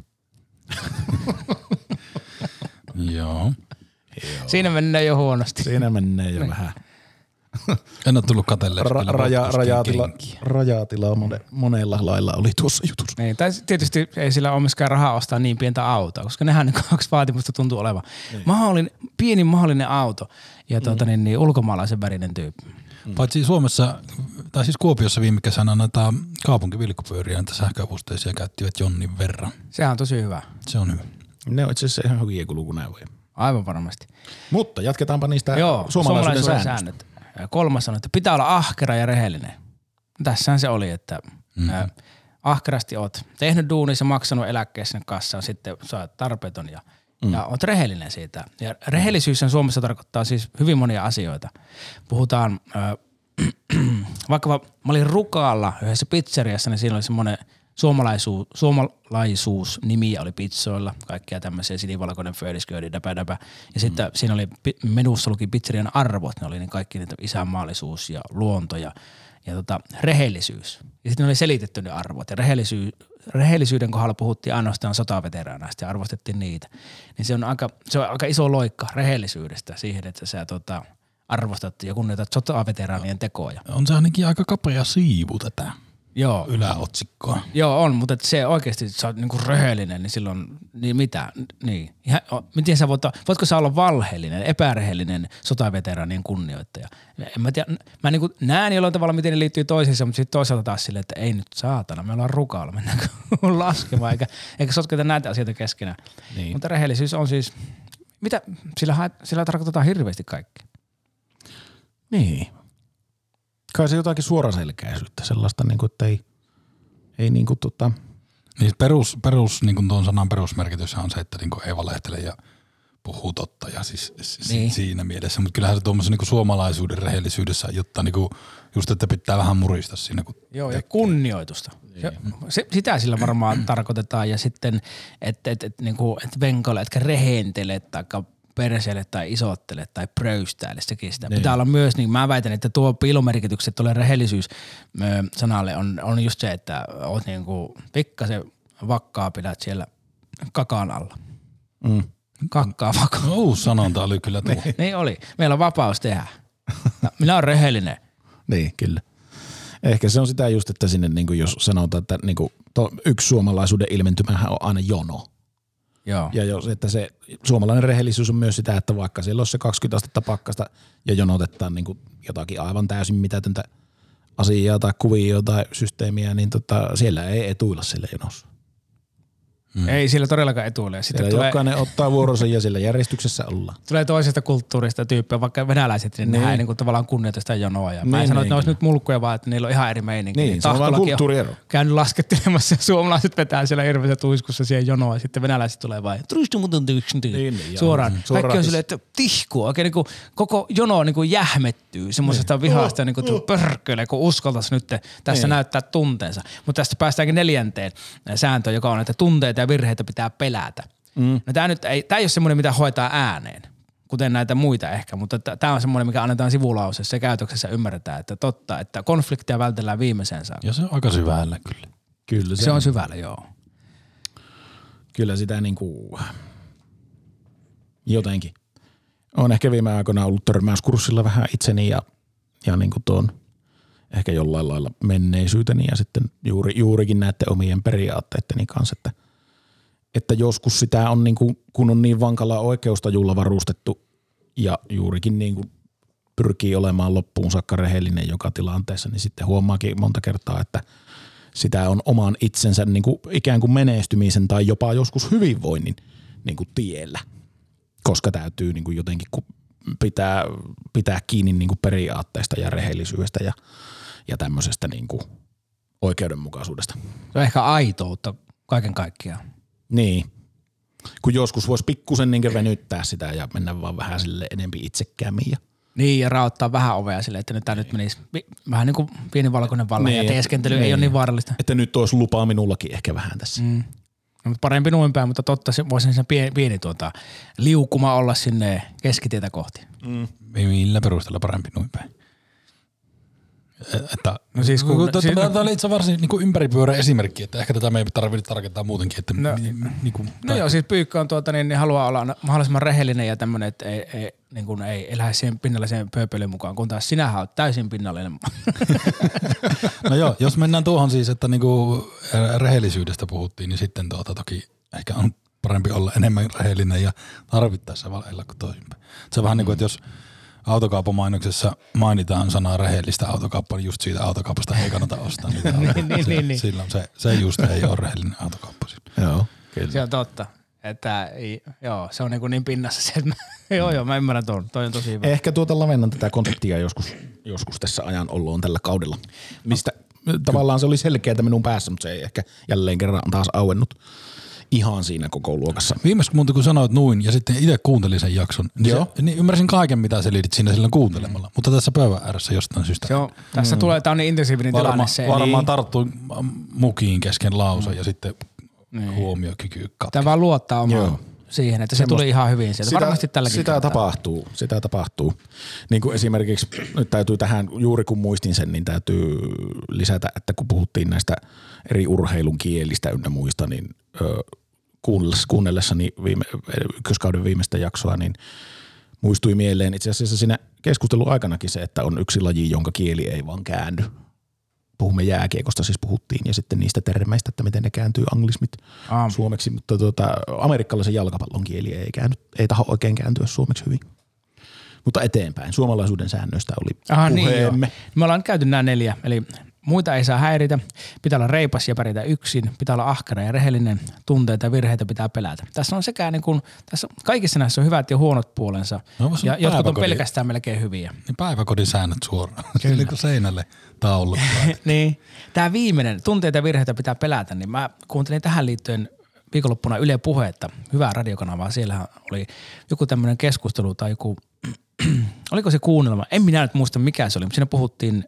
Joo. Siinä mennään jo huonosti. Siinä mennään jo vähän. En ole tullut katselleeksi. Rajatila monella lailla oli tuossa jutussa. Niin, tai tietysti ei sillä ole myöskään rahaa ostaa niin pientä autoa, koska nehän 2 vaatimusta tuntuu olevan. Niin. Pienin mahdollinen auto ja niin ulkomaalaisen värinen tyyppi. Paitsi Suomessa, tai siis Kuopiossa viime kesänä näitä kaupunkivilkkupyöriä, näitä sähköavusteisia käyttivät jonnin verran. Sehän on tosi hyvä. Se on hyvä. Ne on itse asiassa ihan hyviä kulkuneuvoja. Aivan varmasti. Mutta jatketaanpa niistä suomalaisuuden säännöt. 3 on, että pitää olla ahkera ja rehellinen. Tässähän se oli, että ahkerasti oot tehnyt duunissa, maksanut eläkkeessä sinne kassaan, sitten sä oot tarpeeton ja oot rehellinen siitä. Ja rehellisyys Suomessa tarkoittaa siis hyvin monia asioita. Puhutaan, vaikka mä olin Rukaalla yhdessä pizzeriassa, niin siinä oli semmoinen suomalaisuus-nimiä oli pizzoilla, kaikkia tämmöisiä sinivalkoinen föödisköydi, däpä. Ja sitten siinä oli, menussa luki pizzerian arvot, ne oli niin kaikki niitä isänmaallisuus ja luonto ja rehellisyys. Ja sitten ne oli selitetty ne arvot ja rehellisyyden kohdalla puhuttiin ainoastaan sotaveteraaneista ja arvostettiin niitä. Niin se on aika iso loikka rehellisyydestä siihen, että sä arvostat ja kunnioitat sotaveteraanien tekoja. On se ainakin aika kapea siivu tätä Joo. yläotsikkoa. Joo, on, mutta että se oikeasti, sä oot niinku rehellinen, niin silloin, niin mitä, niin. Miten sä voitko sä olla valheellinen, epärehellinen sotaveteraanien kunnioittaja? En mä tiedä, mä niinku näen jollain tavalla, miten ne liittyy toisiinsa, mutta sitten toisaalta taas silleen, että ei nyt saatana, me ollaan rukalla, mennäänkö laskemaan, eikä sotketa näitä asioita keskenään. Niin. Mutta rehellisyys on siis, mitä, sillä tarkoitetaan hirveästi kaikkea. Niin. Kai se jotakin suoraselkäisyyttä, sellaista niinku, että ei niinku Niin perus niinku tuon sanan perusmerkitys on se, että niinku ei valehtele ja puhuu totta ja siis niin. Siinä mielessä. Mutta kyllähän se tuommoisen niinku suomalaisuuden rehellisyydessä, jotta niinku just, että pitää vähän murista siinä. Joo, ja kunnioitusta. Niin. Sitä sillä varmaan tarkoitetaan ja sitten, että niinku, et venkoile, etkä rehentele taikka perseelle tai isottele tai pröystäile, sekin sitä. Niin. Pitää olla myös, niin mä väitän, että tuo piilomerkitykset tuolle rehellisyys sanalle on just se, että oot niinku pikkasen vakkaa pidät siellä kakaan alla. Kakkaa vakaa. Uusi sanonta oli kyllä tuo. Niin oli. Meillä on vapaus tehdä. Minä olen rehellinen. Niin, kyllä. Ehkä se on sitä just, että sinne niinku jos sanotaan, että niinku yksi suomalaisuuden ilmentymähän on aina jono. Joo. Ja jos, että se suomalainen rehellisyys on myös sitä, että vaikka siellä on se 20 astetta pakkasta ja jonotetaan niin kuin jotakin aivan täysin mitätöntä asiaa tai kuvia tai systeemiä, niin siellä ei etuilla sille jonossa. Ei sillä todellakaan etuille. Sitten jokainen ottaa vuoronsa ja sillä järjestyksessä ollaan. Tulee toisesta kulttuurista tyyppiä, vaikka venäläiset, niin nehän ei niin tavallaan kunnioita sitä jonoa. Ja mä en sano, että ne olisi nyt mulkkuja, vaan että niillä on ihan eri meininki. Niin, se on vaan kulttuuriero. Käynyt laskettelemassa ja suomalaiset vetää siellä hirveässä tuiskussa siihen jonoa ja sitten venäläiset tulee vaan suoraan. Kaikki on silleen, että tihkuu. Oikein niin kuin koko jono niin kuin jähmettyy semmoisesta vihasta niin kuin pörkköille, kun uskaltaisi nyt tässä näyttää tunteensa. Mutta tästä päästäänkin 4. sääntöön, joka on, että tunteita ja virheitä pitää pelätä. No tää ei ole semmoinen, mitä hoitaa ääneen, kuten näitä muita ehkä, mutta tää on semmoinen, mikä annetaan sivulauseessa ja käytöksessä ymmärretään, että totta, että konfliktia vältellään viimeiseen saakka. Ja se on aika syvällä kyllä. Kyllä se on syvällä, joo. Kyllä sitä niinku jotenkin. Olen ehkä viime aikoina ollut törmäyskurssilla vähän itseni ja niinku tuon ehkä jollain lailla menneisyyteni ja sitten juurikin näiden omien periaatteitteni kanssa, että joskus sitä on niinku, kun on niin vankalla oikeustajulla varustettu ja juurikin niinku pyrkii olemaan loppuun saakka rehellinen joka tilanteessa, niin sitten huomaakin monta kertaa, että sitä on oman itsensä niinku ikään kuin menestymisen tai jopa joskus hyvinvoinnin niinku tiellä, koska täytyy niinku jotenkin pitää kiinni niinku periaatteista ja rehellisyydestä ja tämmöisestä niinku oikeudenmukaisuudesta. Se on ehkä aitoutta kaiken kaikkiaan. Niin, kun joskus voisi pikkusen niin venyttää sitä ja mennä vaan vähän sille enempi itsekäämiin. Niin, ja raottaa vähän ovea silleen, että tämä nyt menisi vähän niin kuin pieni valkoinen valle ja teeskentely ei ole niin vaarallista. Että nyt olisi lupaa minullakin ehkä vähän tässä. No, mutta parempi noin päin, mutta totta voisin sen pieni liukuma olla sinne keskitietä kohti. Millä perusteella parempi noin päin? No siis tämä oli itse varsin niin ympäripyörä esimerkki, että ehkä tätä me ei tarvitse tarkentaa muutenkin. Että joo, siis Pyykkä on niin haluaa olla mahdollisimman rehellinen ja tämmöinen, että ei lähde siihen pinnalliseen pööpöilyyn mukaan, kun taas sinähän olet täysin pinnallinen. No joo, jos mennään tuohon siis, että niinku rehellisyydestä puhuttiin, niin sitten toki ehkä on parempi olla enemmän rehellinen ja tarvittaessa valeilla kuin toisinpäin. Se on vähän niin kuin, että jos autokaupamainoksessa mainitaan sanaa rehellistä autokauppaa, niin just siitä autokaupasta ei kannata ostaa niitä. niin. Silloin se just ei ole rehellinen autokauppa. Joo, kyllä. Se on totta. Että joo, se on niin pinnassa se, että joo, mä ymmärrän tuon. Toi on tosi hyvä. Ehkä lavennan tätä konseptia joskus tässä ajan ollaan tällä kaudella. Mistä tavallaan se oli selkeää minun päässä, mutta se ei ehkä jälleen kerran taas auennut. ihan siinä koko luokassa. Viimeksi kun sanoit noin ja sitten itse kuuntelin sen jakson, niin ymmärsin kaiken mitä selitit siinä silloin kuuntelemalla, mutta tässä pöydän ääressä jostain syystä. Joo, tässä tulee, tää on niin intensiivinen tilanne se. Varmaan tarttui mukiin kesken lausun ja sitten huomiokyky katkesi. Tämä vaan luottaa omaan siihen, että se tuli ihan hyvin sieltä. Varmasti tälläkin sitä tapahtuu. Niin kuin esimerkiksi, nyt täytyy tähän, juuri kun muistin sen, niin täytyy lisätä, että kun puhuttiin näistä eri urheilun kielistä ynnä muista, niin kuunnellessani ykköskauden viimeistä jaksoa, niin muistui mieleen itse asiassa siinä keskustelun aikanakin se, että on yksi laji, jonka kieli ei vaan käänny. Puhumme jääkiekosta, siis puhuttiin, ja sitten niistä termeistä, että miten ne kääntyy anglismit suomeksi, mutta amerikkalaisen jalkapallon kieli ei taho oikein kääntyä suomeksi hyvin. Mutta eteenpäin, suomalaisuuden säännöistä oli puheemme. Niin me ollaan käyty nämä 4, eli muita ei saa häiritä, pitää olla reipas ja pärjätä yksin, pitää olla ahkera ja rehellinen, tunteita ja virheitä pitää pelätä. Tässä on sekä niin kuin, tässä kaikissa näissä on hyvät ja huonot puolensa, ja jotkut on pelkästään melkein hyviä. Niin päiväkodin säännöt suoraan, niin kuin seinälle taullut. Niin, tämä viimeinen, tunteita ja virheitä pitää pelätä, niin mä kuuntelin tähän liittyen viikonloppuna Yle Puhetta, hyvää radiokanavaa, siellähän oli joku tämmöinen keskustelu tai joku, oliko se kuunnelma, en minä nyt muista mikä se oli, mutta siinä puhuttiin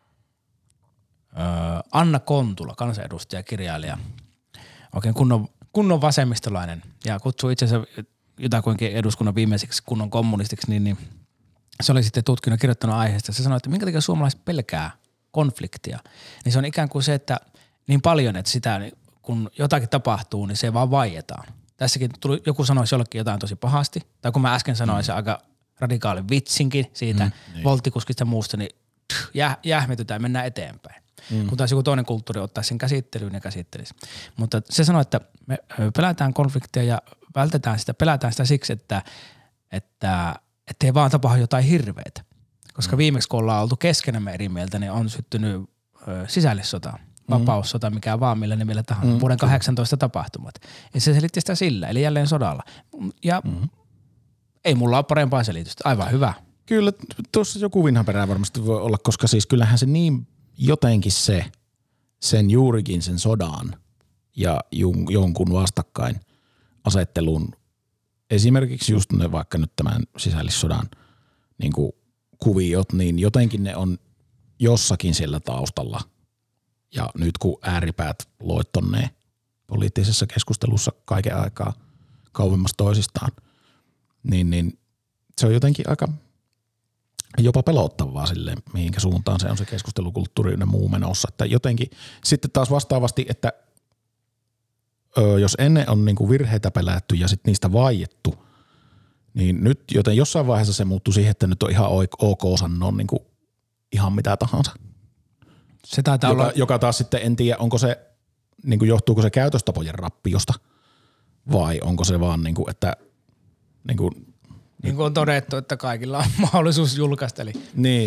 Anna Kontula, kansanedustaja, kirjailija, oikein kunnon vasemmistolainen ja kutsui itse asiassa jotakuinkin eduskunnan viimeiseksi kunnon kommunistiksi, niin se oli sitten tutkinut kirjoittanut aiheesta. Se sanoi, että minkä takia suomalaiset pelkää konfliktia, niin se on ikään kuin se, että niin paljon, että sitä kun jotakin tapahtuu, niin se vaan vaietaan. Tässäkin joku sanoisi jollekin jotain tosi pahasti, tai kun mä äsken sanoin se aika radikaalin vitsinkin siitä volttikuskista ja muusta, niin jähmetytään ja mennään eteenpäin. Kun taas joku toinen kulttuuri ottaa sen käsittelyyn ja käsittelisi. Mutta se sanoi, että me pelätään konfliktia ja pelätään sitä siksi, että ei vaan tapahdu jotain hirveitä. Koska viimeksi kun ollaan oltu keskenämme eri mieltä, niin on syttynyt sisällissota, vapaussota, mikä vaan millä nimellä tahansa, vuoden 18 tapahtumat. Ja se selitti sitä sillä, eli jälleen sodalla. Ja ei mulla ole parempaa selitystä, aivan hyvä. Kyllä, tuossa joku vinhaperää varmasti voi olla, koska siis kyllähän se niin jotenkin sen juurikin sen sodan ja jonkun vastakkain asettelun, esimerkiksi just ne vaikka nyt tämän sisällissodan niin kuin kuviot, niin jotenkin ne on jossakin siellä taustalla. Ja nyt kun ääripäät loittonnee poliittisessa keskustelussa kaiken aikaa kauemmas toisistaan, niin se on jotenkin aika jopa pelottavaa silleen, mihinkä suuntaan se on se keskustelukulttuuri ja muu menossa. Että jotenkin sitten taas vastaavasti, että jos ennen on niinku virheitä pelätty ja sitten niistä vaiettu, niin nyt joten jossain vaiheessa se muuttui siihen, että nyt on ihan ok sanoa niinku ihan mitä tahansa. Se taitaa olla. Joka taas sitten en tiedä, onko se, niinku johtuuko se käytöstapojen rappiosta vai onko se vaan niinku, että niinku niin kuin on todettu, että kaikilla on mahdollisuus julkaista. Eli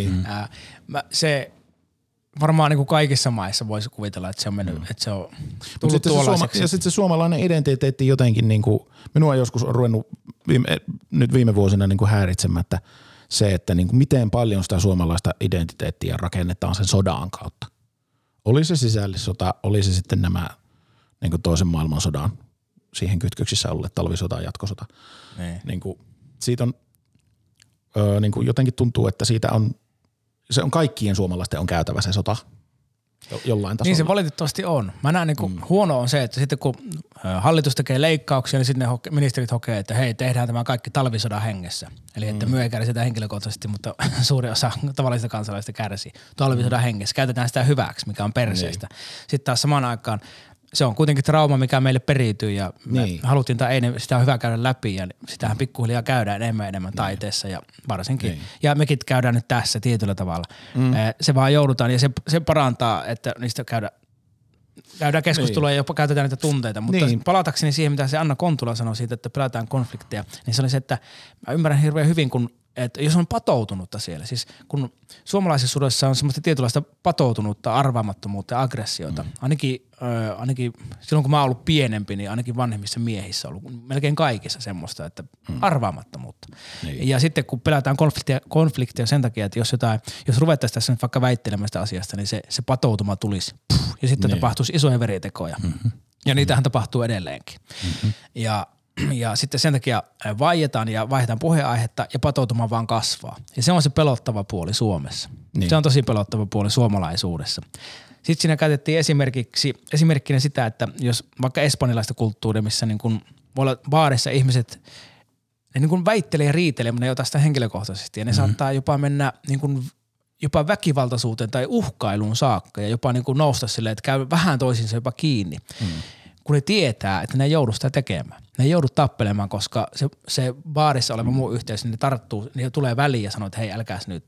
se varmaan niin kuin kaikissa maissa voisi kuvitella, että se on mennyt, että se on tullut tuollaiseksi. Ja sitten se suomalainen identiteetti jotenkin, niin kuin, minua joskus on ruvennut nyt viime vuosina niin kuin häiritsemättä se, että niin kuin miten paljon sitä suomalaista identiteettiä rakennetaan sen sodan kautta. Oli se sisällissota, oli se sitten nämä niin kuin toisen maailmansodan siihen kytköksissä olleet talvisota ja jatkosota. Niin kuin, siitä on, niin kuin jotenkin tuntuu, että se on kaikkien suomalaisten on käytävä se sota jollain tasolla. Niin se valitettavasti on. Mä näen huono on se, että sitten kun hallitus tekee leikkauksia, niin sitten ne ministerit hokee, että hei, tehdään tämä kaikki talvisodan hengessä. Eli että myö ei kärsitä henkilökohtaisesti, mutta suuri osa tavallisista kansalaisista kärsii talvisodan hengessä. Käytetään sitä hyväksi, mikä on perseestä. Sitten taas samaan aikaan se on kuitenkin trauma, mikä meille periytyy ja me haluttiin tai ei, sitä on hyvä käydä läpi ja sitähän pikkuhiljaa käydään enemmän taiteessa ja varsinkin. Ja mekin käydään nyt tässä tietyllä tavalla. Se vaan joudutaan ja se parantaa, että niistä käydään keskustelua ja jopa käytetään niitä tunteita. Mutta palatakseni siihen, mitä se Anna Kontula sanoi siitä, että pelätään konflikteja, niin se oli se, että mä ymmärrän hirveän hyvin, että jos on patoutunutta siellä, siis kun suomalaisessa sodassa on semmoista tietynlaista patoutunutta arvaamattomuutta ja aggressiota, ainakin silloin kun mä oon ollut pienempi, niin ainakin vanhemmissa miehissä on ollut melkein kaikissa semmoista, että arvaamattomuutta. Ja sitten kun pelätään konflikteja sen takia, että jos ruvettaisiin tässä nyt vaikka väittelemään sitä asiasta, niin se patoutuma tulisi ja sitten tapahtuisi isoja veritekoja. Ja niitähän tapahtuu edelleenkin. Ja sitten sen takia vaietaan ja vaihdetaan puheenaihetta ja patoutuma vaan kasvaa. Ja se on se pelottava puoli Suomessa. Niin. Se on tosi pelottava puoli suomalaisuudessa. Sitten siinä käytettiin esimerkkinä sitä, että jos vaikka espanjalaista kulttuuria, missä niin kun voi olla baarissa ihmiset, ne niin kun väittelee ja riitelee, mutta ne ei ota sitä henkilökohtaisesti. Ja ne saattaa jopa mennä niin kun jopa väkivaltaisuuteen tai uhkailuun saakka ja jopa niin kun nousta silleen, että käy vähän toisinsa jopa kiinni. Kun ne tietää, että ne ei joudu sitä tekemään. Ne ei joudu tappelemaan, koska se baarissa oleva muu yhteys, niin ne tarttuu, niin tulee väliin ja sanoo, että hei, älkääs nyt.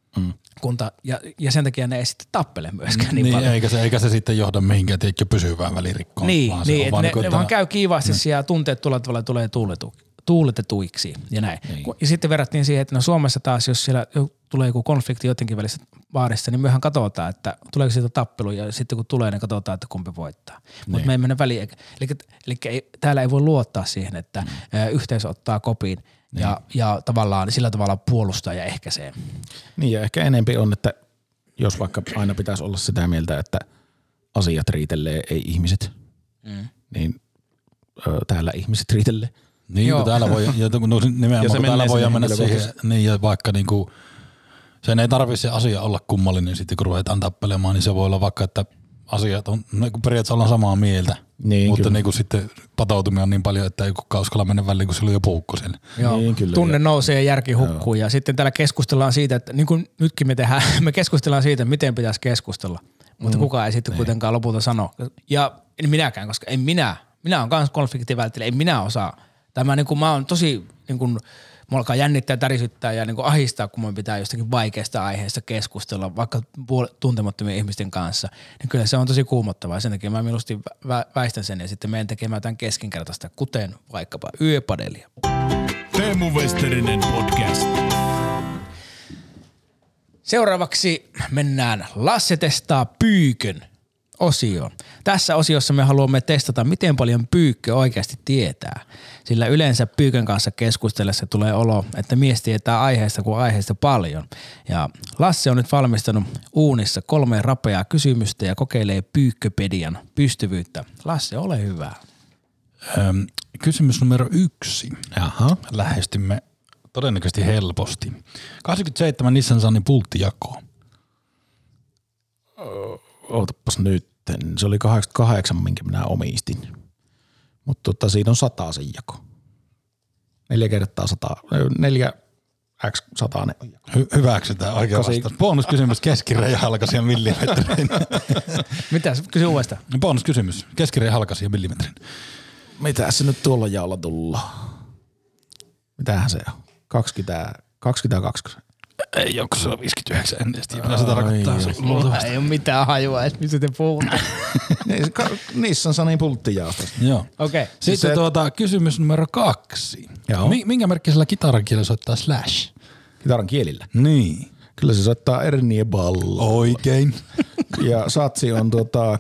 Ja sen takia ne ei sitten tappele myöskään niin paljon. Eikä se sitten johda mihinkään pysyvään välirikkoon. Niin, ne vaan käy kiivaasti ja tunteet tulee tuuletetuiksi ja näin. Niin. Ja sitten verrattiin siihen, että no Suomessa taas, jos siellä tulee joku konflikti jotenkin välissä baarissa, niin myöhän katsotaan, että tuleeko siitä tappelu ja sitten kun tulee, niin katsotaan, että kumpi voittaa. Mutta me ei mennä väliin. Eli täällä ei voi luottaa siihen, että yhteisö ottaa kopiin ja tavallaan sillä tavalla puolustaa ja ehkäisee. Niin ja ehkä enempi on, että jos vaikka aina pitäisi olla sitä mieltä, että asiat riitelee, ei ihmiset, niin täällä ihmiset riitelee. Niin, kun täällä voi, nimenomaan kun täällä voi mennä siihen, niin ja vaikka niinku, sen ei tarvitse se asia olla kummallinen, sitten kun ruvetaan tappelemaan, niin se voi olla vaikka, että asiat on, periaatteessa ollaan samaa mieltä, mutta niinku sitten patoutumia on niin paljon, että ei kukaan uskalla mennä väliin, kun sillä on jo puukko siellä. Joo, niin, kyllä, tunne nousee ja järki hukkuu ja sitten täällä keskustellaan siitä, että niin kuin nytkin me keskustellaan siitä, miten pitäisi keskustella, mutta kukaan ei sitten kuitenkaan lopulta sano. Ja en minäkään, koska minä olen myös konfliktin välttelijä, en minä osaa. Mä oon tosi, mua alkaa jännittää, tärisyttää ja ahistaa, kun mun pitää jostakin vaikeasta aiheesta keskustella, vaikka tuntemattomien ihmisten kanssa. Niin kyllä se on tosi kuumottavaa. Sen takia mä mieluusti väistän sen ja sitten menen tekemään jotain keskinkertaista, kuten vaikkapa yöpadelia. Teemu Westerinen podcast. Seuraavaksi mennään Lasse testaa pyykön osioon. Tässä osiossa me haluamme testata, miten paljon pyykkö oikeasti tietää. Sillä yleensä pyykön kanssa keskustellessa tulee olo, että mies tietää aiheesta kuin aiheesta paljon. Ja Lasse on nyt valmistanut uunissa 3 rapeaa kysymystä ja kokeilee pyykköpedian pystyvyyttä. Lasse, ole hyvä. Kysymys numero 1. Lähestymme todennäköisesti helposti. 27 Nissan Sunny pulttijakoa. Ootapas nyt. Se oli 88, minkä minä omistin. Mutta siinä on 100 sen jako. 4 kertaa 100. 4x100 on jako. Hyväksytään oikein vastaus. Bonuskysymys keskireiä halkaisia millimetrin. Mitä? Kysy uudestaan. Bonuskysymys keskireiä halkaisia millimetrin. Mitä se nyt tuolla jaolla tullaan? Mitähän se on? 22. Ei ole, kun se on 59 ennesti. Mitä se tarkoittaa? Ei ole mitään hajua, että mistä te puhutaan. Niissä on Sunny pulttijaosta. Joo. Okei. Sitten kysymys numero 2. Minkä merkkisellä kitaran kielellä soittaa Slash? Kitaran kielillä? Niin. Kyllä se soittaa Ernie Ball. Oikein. Ja satsi on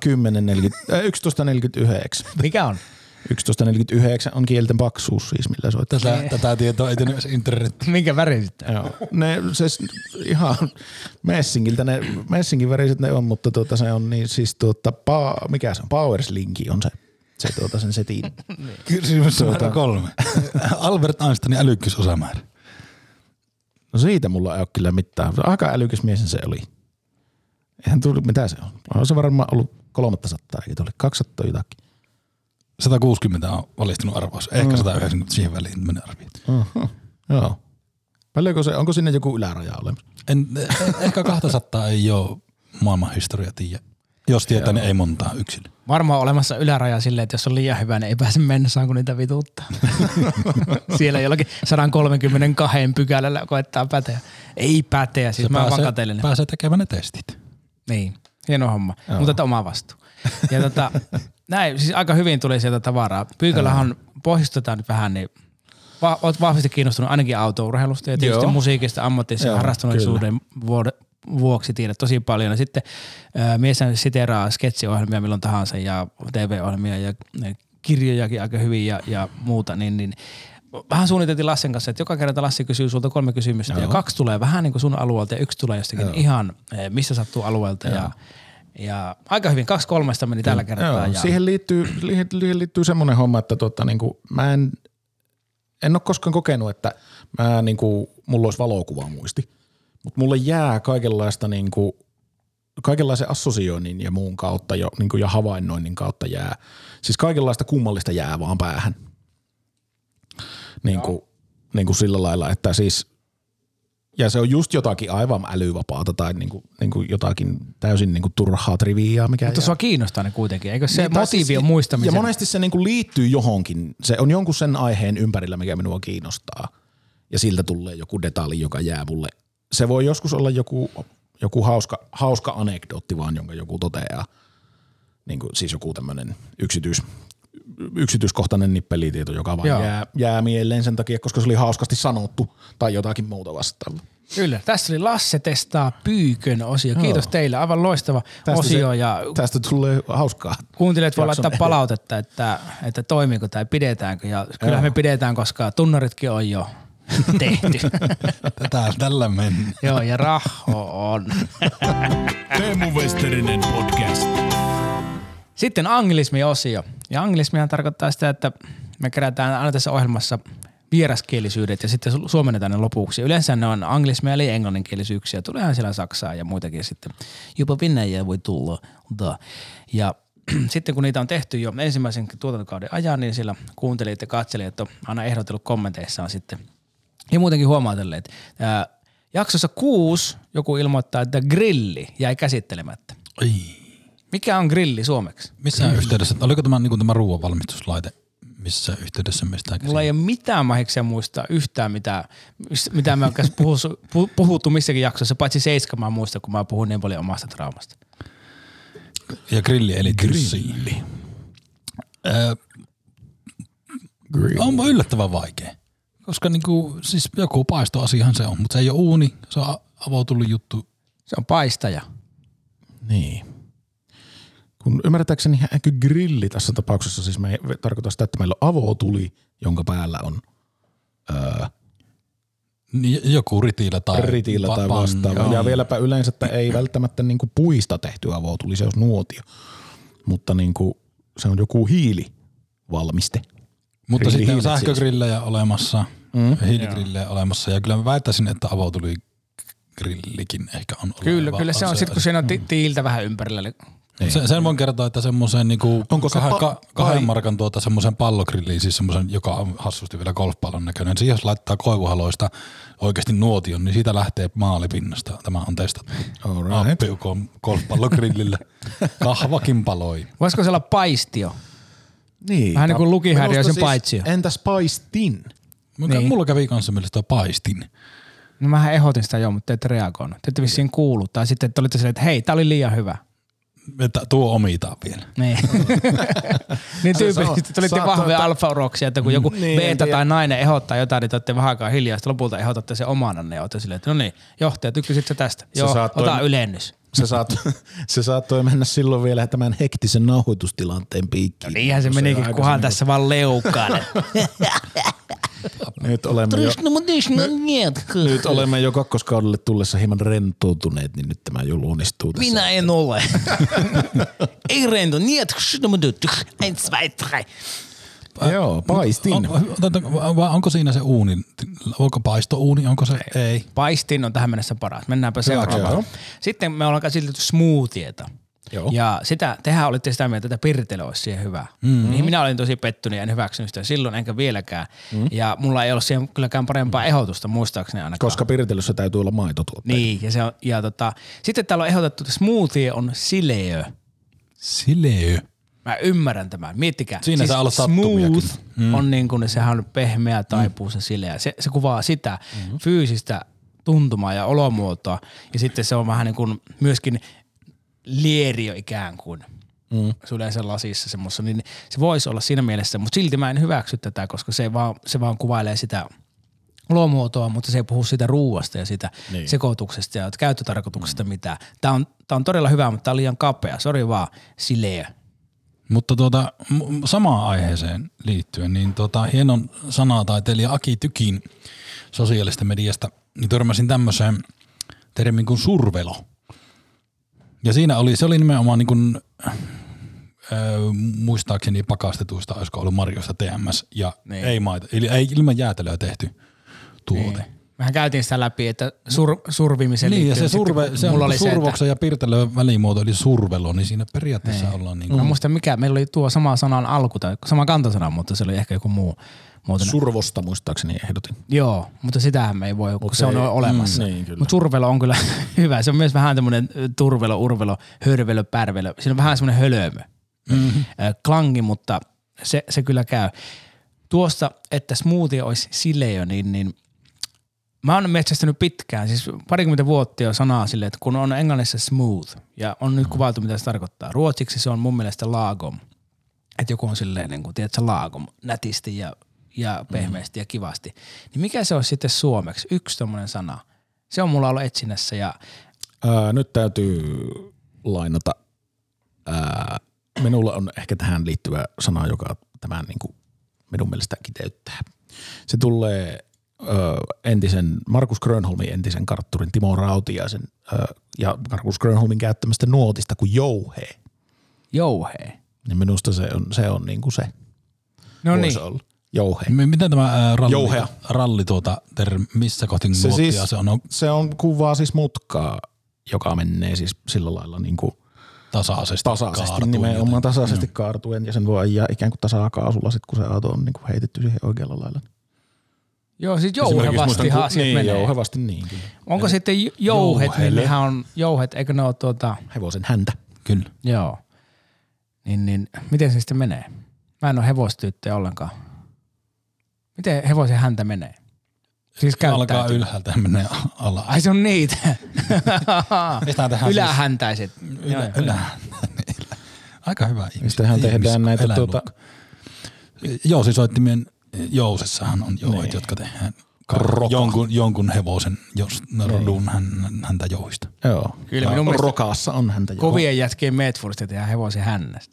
11.49. Mikä on? 11.49 on kielten paksuus siis, millä soittaa. Tätä tietoa ei tehnyt edes internet. Minkä värin sitten? Joo. Ne ihan messingiltä messingin väriset ne on, mutta se on niin siis mikä se on? Powerslinki on sen setin. Kysymys numero 3. Albert Einsteinin älykkyysosamäärä. No siitä mulla ei ole kyllä mitään. Aika älykäs mies se oli. Eihän tullut, mitä se on? On se varmaan ollut 300, eikä tuli 200 jotakin. 160 on valistunut arvaus. Ehkä 190 siihen väliin menee arviot. Joo. Paljonko se, onko sinne joku yläraja olemassa? Ehkä 200 ei ole maailman historia tiedä. Jos tietää, niin ei montaa yksilö. Varmaan olemassa yläraja silleen, että jos on liian hyvä, niin ei pääse mennä, kun niitä vituuttaa. Siellä jollakin 132 pykälällä koettaa päteä. Ei päteä, siis mä oon vaan kateellinen. Pääsee tekemään ne testit. Niin, hieno homma, mutta oma vastuu. Ja näin, siis aika hyvin tuli sieltä tavaraa. Pyyköllähän pohjustetaan nyt vähän, niin oot vahvasti kiinnostunut ainakin autourheilusta ja tietysti musiikista, ammatillisen harrastuneisuuden vuoksi tiedät tosi paljon. Ja sitten mies siteraa sketsiohjelmia milloin tahansa ja TV-ohjelmia ja kirjojakin aika hyvin ja muuta, niin vähän suunniteltiin Lassen kanssa, että joka kerta Lassi kysyy sulta 3 kysymystä ja 2 tulee vähän niin kuin sun alueelta ja 1 tulee jostakin ihan missä sattuu alueelta Ja aika hyvin 2-3 meni tällä kertaa. Joo, ja siihen liittyy semmoinen homma, että niinku, mä en ole koskaan kokenut, että mä niinku, mulla olisi valokuvamuisti, mutta mulle jää kaikenlaista niinku, kaikenlaisen assosioinnin ja muun kautta niinku, ja havainnoinnin kautta jää. Siis kaikenlaista kummallista jää vaan päähän. Niinku sillä lailla, että siis ja se on just jotakin aivan älyvapaata tai niinku jotakin täysin niinku turhaa triviaa, mikä mutta sua kiinnostaa ne kuitenkin, eikö se motiivi on muistamisen? Ja monesti se niinku liittyy johonkin, se on jonkun sen aiheen ympärillä, mikä minua kiinnostaa ja siltä tulee joku detalji, joka jää mulle. Se voi joskus olla joku hauska anekdootti vaan, jonka joku toteaa, niinku, siis joku tämmöinen yksityiskohtainen nippelitieto, joka vaan jää mieleen sen takia, koska se oli hauskasti sanottu tai jotakin muuta vastaavaa. Kyllä, tässä oli Lasse testaa Pyykön osio. Kiitos teille, aivan loistava osio. Tästä tulee hauskaa. Kuuntelijat voi laittaa palautetta, että toimiiko tai pidetäänkö. Ja kyllähän me pidetään, koska tunnaritkin on jo tehty. Tällä mennään. Joo, ja raho on. Teemu Westerinen podcast. Sitten anglismi-osio. Ja anglismihan tarkoittaa sitä, että me kerätään aina tässä ohjelmassa vieraskielisyydet ja sitten suomennetaan ne lopuksi. Yleensä ne on anglismia eli englanninkielisyyksiä. Tuleehan siellä Saksaa ja muitakin sitten. Jopa venäjää voi tulla. Ja sitten kun niitä on tehty jo ensimmäisen tuotantokauden ajan, niin siellä kuuntelijat ja katselijat on aina ehdotellut kommenteissaan sitten. Ja muutenkin huomaatelleet. Jaksossa 6 joku ilmoittaa, että grilli jäi käsittelemättä. Ei. Mikä on grilli suomeksi? Missä yhteydessä? Oliko tämä, niin tämä ruoanvalmistuslaite? Missä yhteydessä me sitä Mulla ei ole mitään mahiksia muistaa yhtään, mitä me on puhuttu missäkin jaksossa, paitsi 7 mä muistan, kun mä puhun niin paljon omasta traumasta. Ja grilli eli grilli. On yllättävän vaikea, koska niinku, siis joku paistoasiahan se on, mutta se ei ole uuni, se on avautunut juttu. Se on paistaja. Niin. Kun ymmärtääkseni grilli tässä tapauksessa, siis me ei tarkoita sitä, että meillä on avotuli, jonka päällä on joku ritiilä tai vastaava. Ja vieläpä yleensä, että ei välttämättä niinku puista tehty avotuli, se olisi nuotio. Mutta niinku, se on joku hiilivalmiste. Mutta sitten on sähkögrillejä olemassa, hiiligrillejä olemassa ja kyllä mä väittäisin, että avotuli grillikin ehkä on oleva. Kyllä se on sitten, kun siinä on tiiltä vähän ympärillä. Sen voin kertoa, että semmoisen niinku 2 markan semmoisen pallogrilliin, siis semmoisen, joka on hassusti vielä golfpallon näköinen. Siihen jos laittaa koivuhaloista oikeasti nuotion, niin siitä lähtee maalipinnasta. Tämä on testattu. Appiukon golfpallogrillillä. Kahvakin paloi. Voisiko se olla paistio? Niin. Vähän niin kuin lukihäiriö sen paitsio. Entäs paistin? Niin. Mulla kävi kanssa mielestä paistin. No mähän ehdotin sitä jo, mutta te ette reagoinut. Te ette vissiin kuulu. Tai sitten te olitte silleen, että hei, tää oli liian hyvä. Että tuo omitaan vielä. Niin. Niin tyypillisesti tulitte vahvoja alfa-uroksia, että kun joku beta tai nainen ehdottaa jotain, niin te olette vähän aikaa hiljaa, sitten lopulta ehdotatte sen omananne ja olette silleen, että no niin, johtaja, tykkäsit sä tästä? Joo, ota ylennys. Se saattoi mennä silloin vielä tämän hektisen nauhoitustilanteen piikkiin. No niinhän se menikin, kunhan tässä vaan leukaan. Nyt olemme jo kakkoskaudelle tullessa hieman rentoutuneet, niin nyt tämä jo onnistuu tässä. Minä en ole. Ei rento. Joo, paistin. Onko siinä se uuni? Onko paistouuni? Onko se? Ei. Paistin on tähän mennessä paras. Mennäänpä seuraavaan. Sitten me ollaan käsitelty smoothieta. Joo. Ja tehän olitte sitä mieltä, että pirtele olisi siihen hyvä. Niin minä olin tosi pettynyt ja en hyväksynyt sitä silloin enkä vieläkään. Ja mulla ei ollut siihen kylläkään parempaa ehdotusta muistaakseni ainakaan. Koska pirtelyssä täytyy olla maitotuotteita. Niin, sitten täällä on ehdotettu, että smoothie on sileö. Sileö? Mä ymmärrän tämän. Miettikää. Siinä siis smooth on niin kuin, sehän on pehmeä, taipuu se sileä. Se kuvaa sitä fyysistä tuntumaa ja olomuotoa. Ja sitten se on vähän niin kuin myöskin lieriö ikään kuin. Se yleensä lasissa semmoista, niin se voisi olla siinä mielessä, mutta silti mä en hyväksy tätä, koska se vaan kuvailee sitä olomuotoa, mutta se ei puhu siitä ruuasta ja siitä sekoituksesta ja käyttötarkoituksesta mitään. Tää on todella hyvä, mutta tää on liian kapea. Sori vaan, sileä. Mutta samaan aiheeseen liittyen, niin hienon sanataiteilija Aki Tykin sosiaalista mediasta, niin törmäsin tämmöiseen termin kuin survelo. Ja siinä se oli nimenomaan niin kuin, muistaakseni pakastetuista, olisiko ollut marjoista TMS ja Niin. ei maita, eli ei ilman jäätelöä tehty tuote. Niin. Mehän käytiin sitä läpi, että survimiseen Niin, ja liittyen. se surve, se mulla on oli survoksen ja pirtelön välimuoto, eli survelo, niin siinä periaatteessa ollaan niin Mä kuin, muistan mikä, meillä oli tuo sama sanan alku, tai sama kantasana, mutta se oli ehkä joku muu. Survosta muistaakseni ehdotin. Joo, mutta sitähän me ei voi, kun se on olemassa. Niin, kyllä. Mutta survelo on kyllä hyvä. Se on myös vähän tämmöinen turvelo, urvelo, hörvelö, pärvelö. Siinä on vähän semmoinen hölömö. Klangi, mutta se kyllä käy. Tuosta, että smoothie olisi sileö, niin mä oon metsästänyt pitkään, siis 20 vuotta jo sanaa silleen, että kun on englannissa smooth ja on nyt kuvailtu, mitä se tarkoittaa. Ruotsiksi se on mun mielestä lagom. Että joku on silleen, niin kuin, tiedätkö, lagom, nätisti ja pehmeästi ja kivasti. Niin mikä se olisi sitten suomeksi? Yksi tommonen sana. Se on mulla ollut etsinnässä ja Nyt täytyy lainata. Minulla on ehkä tähän liittyvä sana, joka tämän niin kuin minun mielestä kiteyttää. Se tulee entisen Markus Grönholmin entisen kartturin Timo Rautiaisen ja Markus Grönholmin käyttämästä nuotista kuin jouhee. jouhee. Niin minusta se on niin kuin se. No Voisi niin. olla. Jouhee. miten tämä Jouhea. ralli missä kohti nuottia se on Se on kuvaa siis mutkaa, joka menee siis sillä lailla niin kuin tasaisesti tasaisesti nimenomaan tasaisesti kaartuen ja sen voi ajaa ikään kuin tasakaasulla sit, kun se auto on niin kuin heitetty siihen oikealla lailla. Joo, siis jouhevastihan asiat niin, menee. jouhevasti niin kyllä. Onko sitten jouhet, niin nehän on jouhet, eikö ne ole Hevosen häntä. Kyllä. joo. Niin, miten se sitten menee? Mä en ole hevostyyttäjä ollenkaan. Miten hevosen häntä menee? Siis Alkaa käyttäytyy. ylhäältä ja menee alas. Ai se on niitä. Mistähän Ylähäntäiset. Aika hyvä ihminen. Mistähän tehdään näitä Jousisoittimien jousessahan on jouhet, jotka tehdään jonkun hevosen rodun häntä jouhista. Joo. Kyllä minun mielestä Rokaassa on häntä jo. kovien jätkien Medfordista tehdään hevosen hännästä.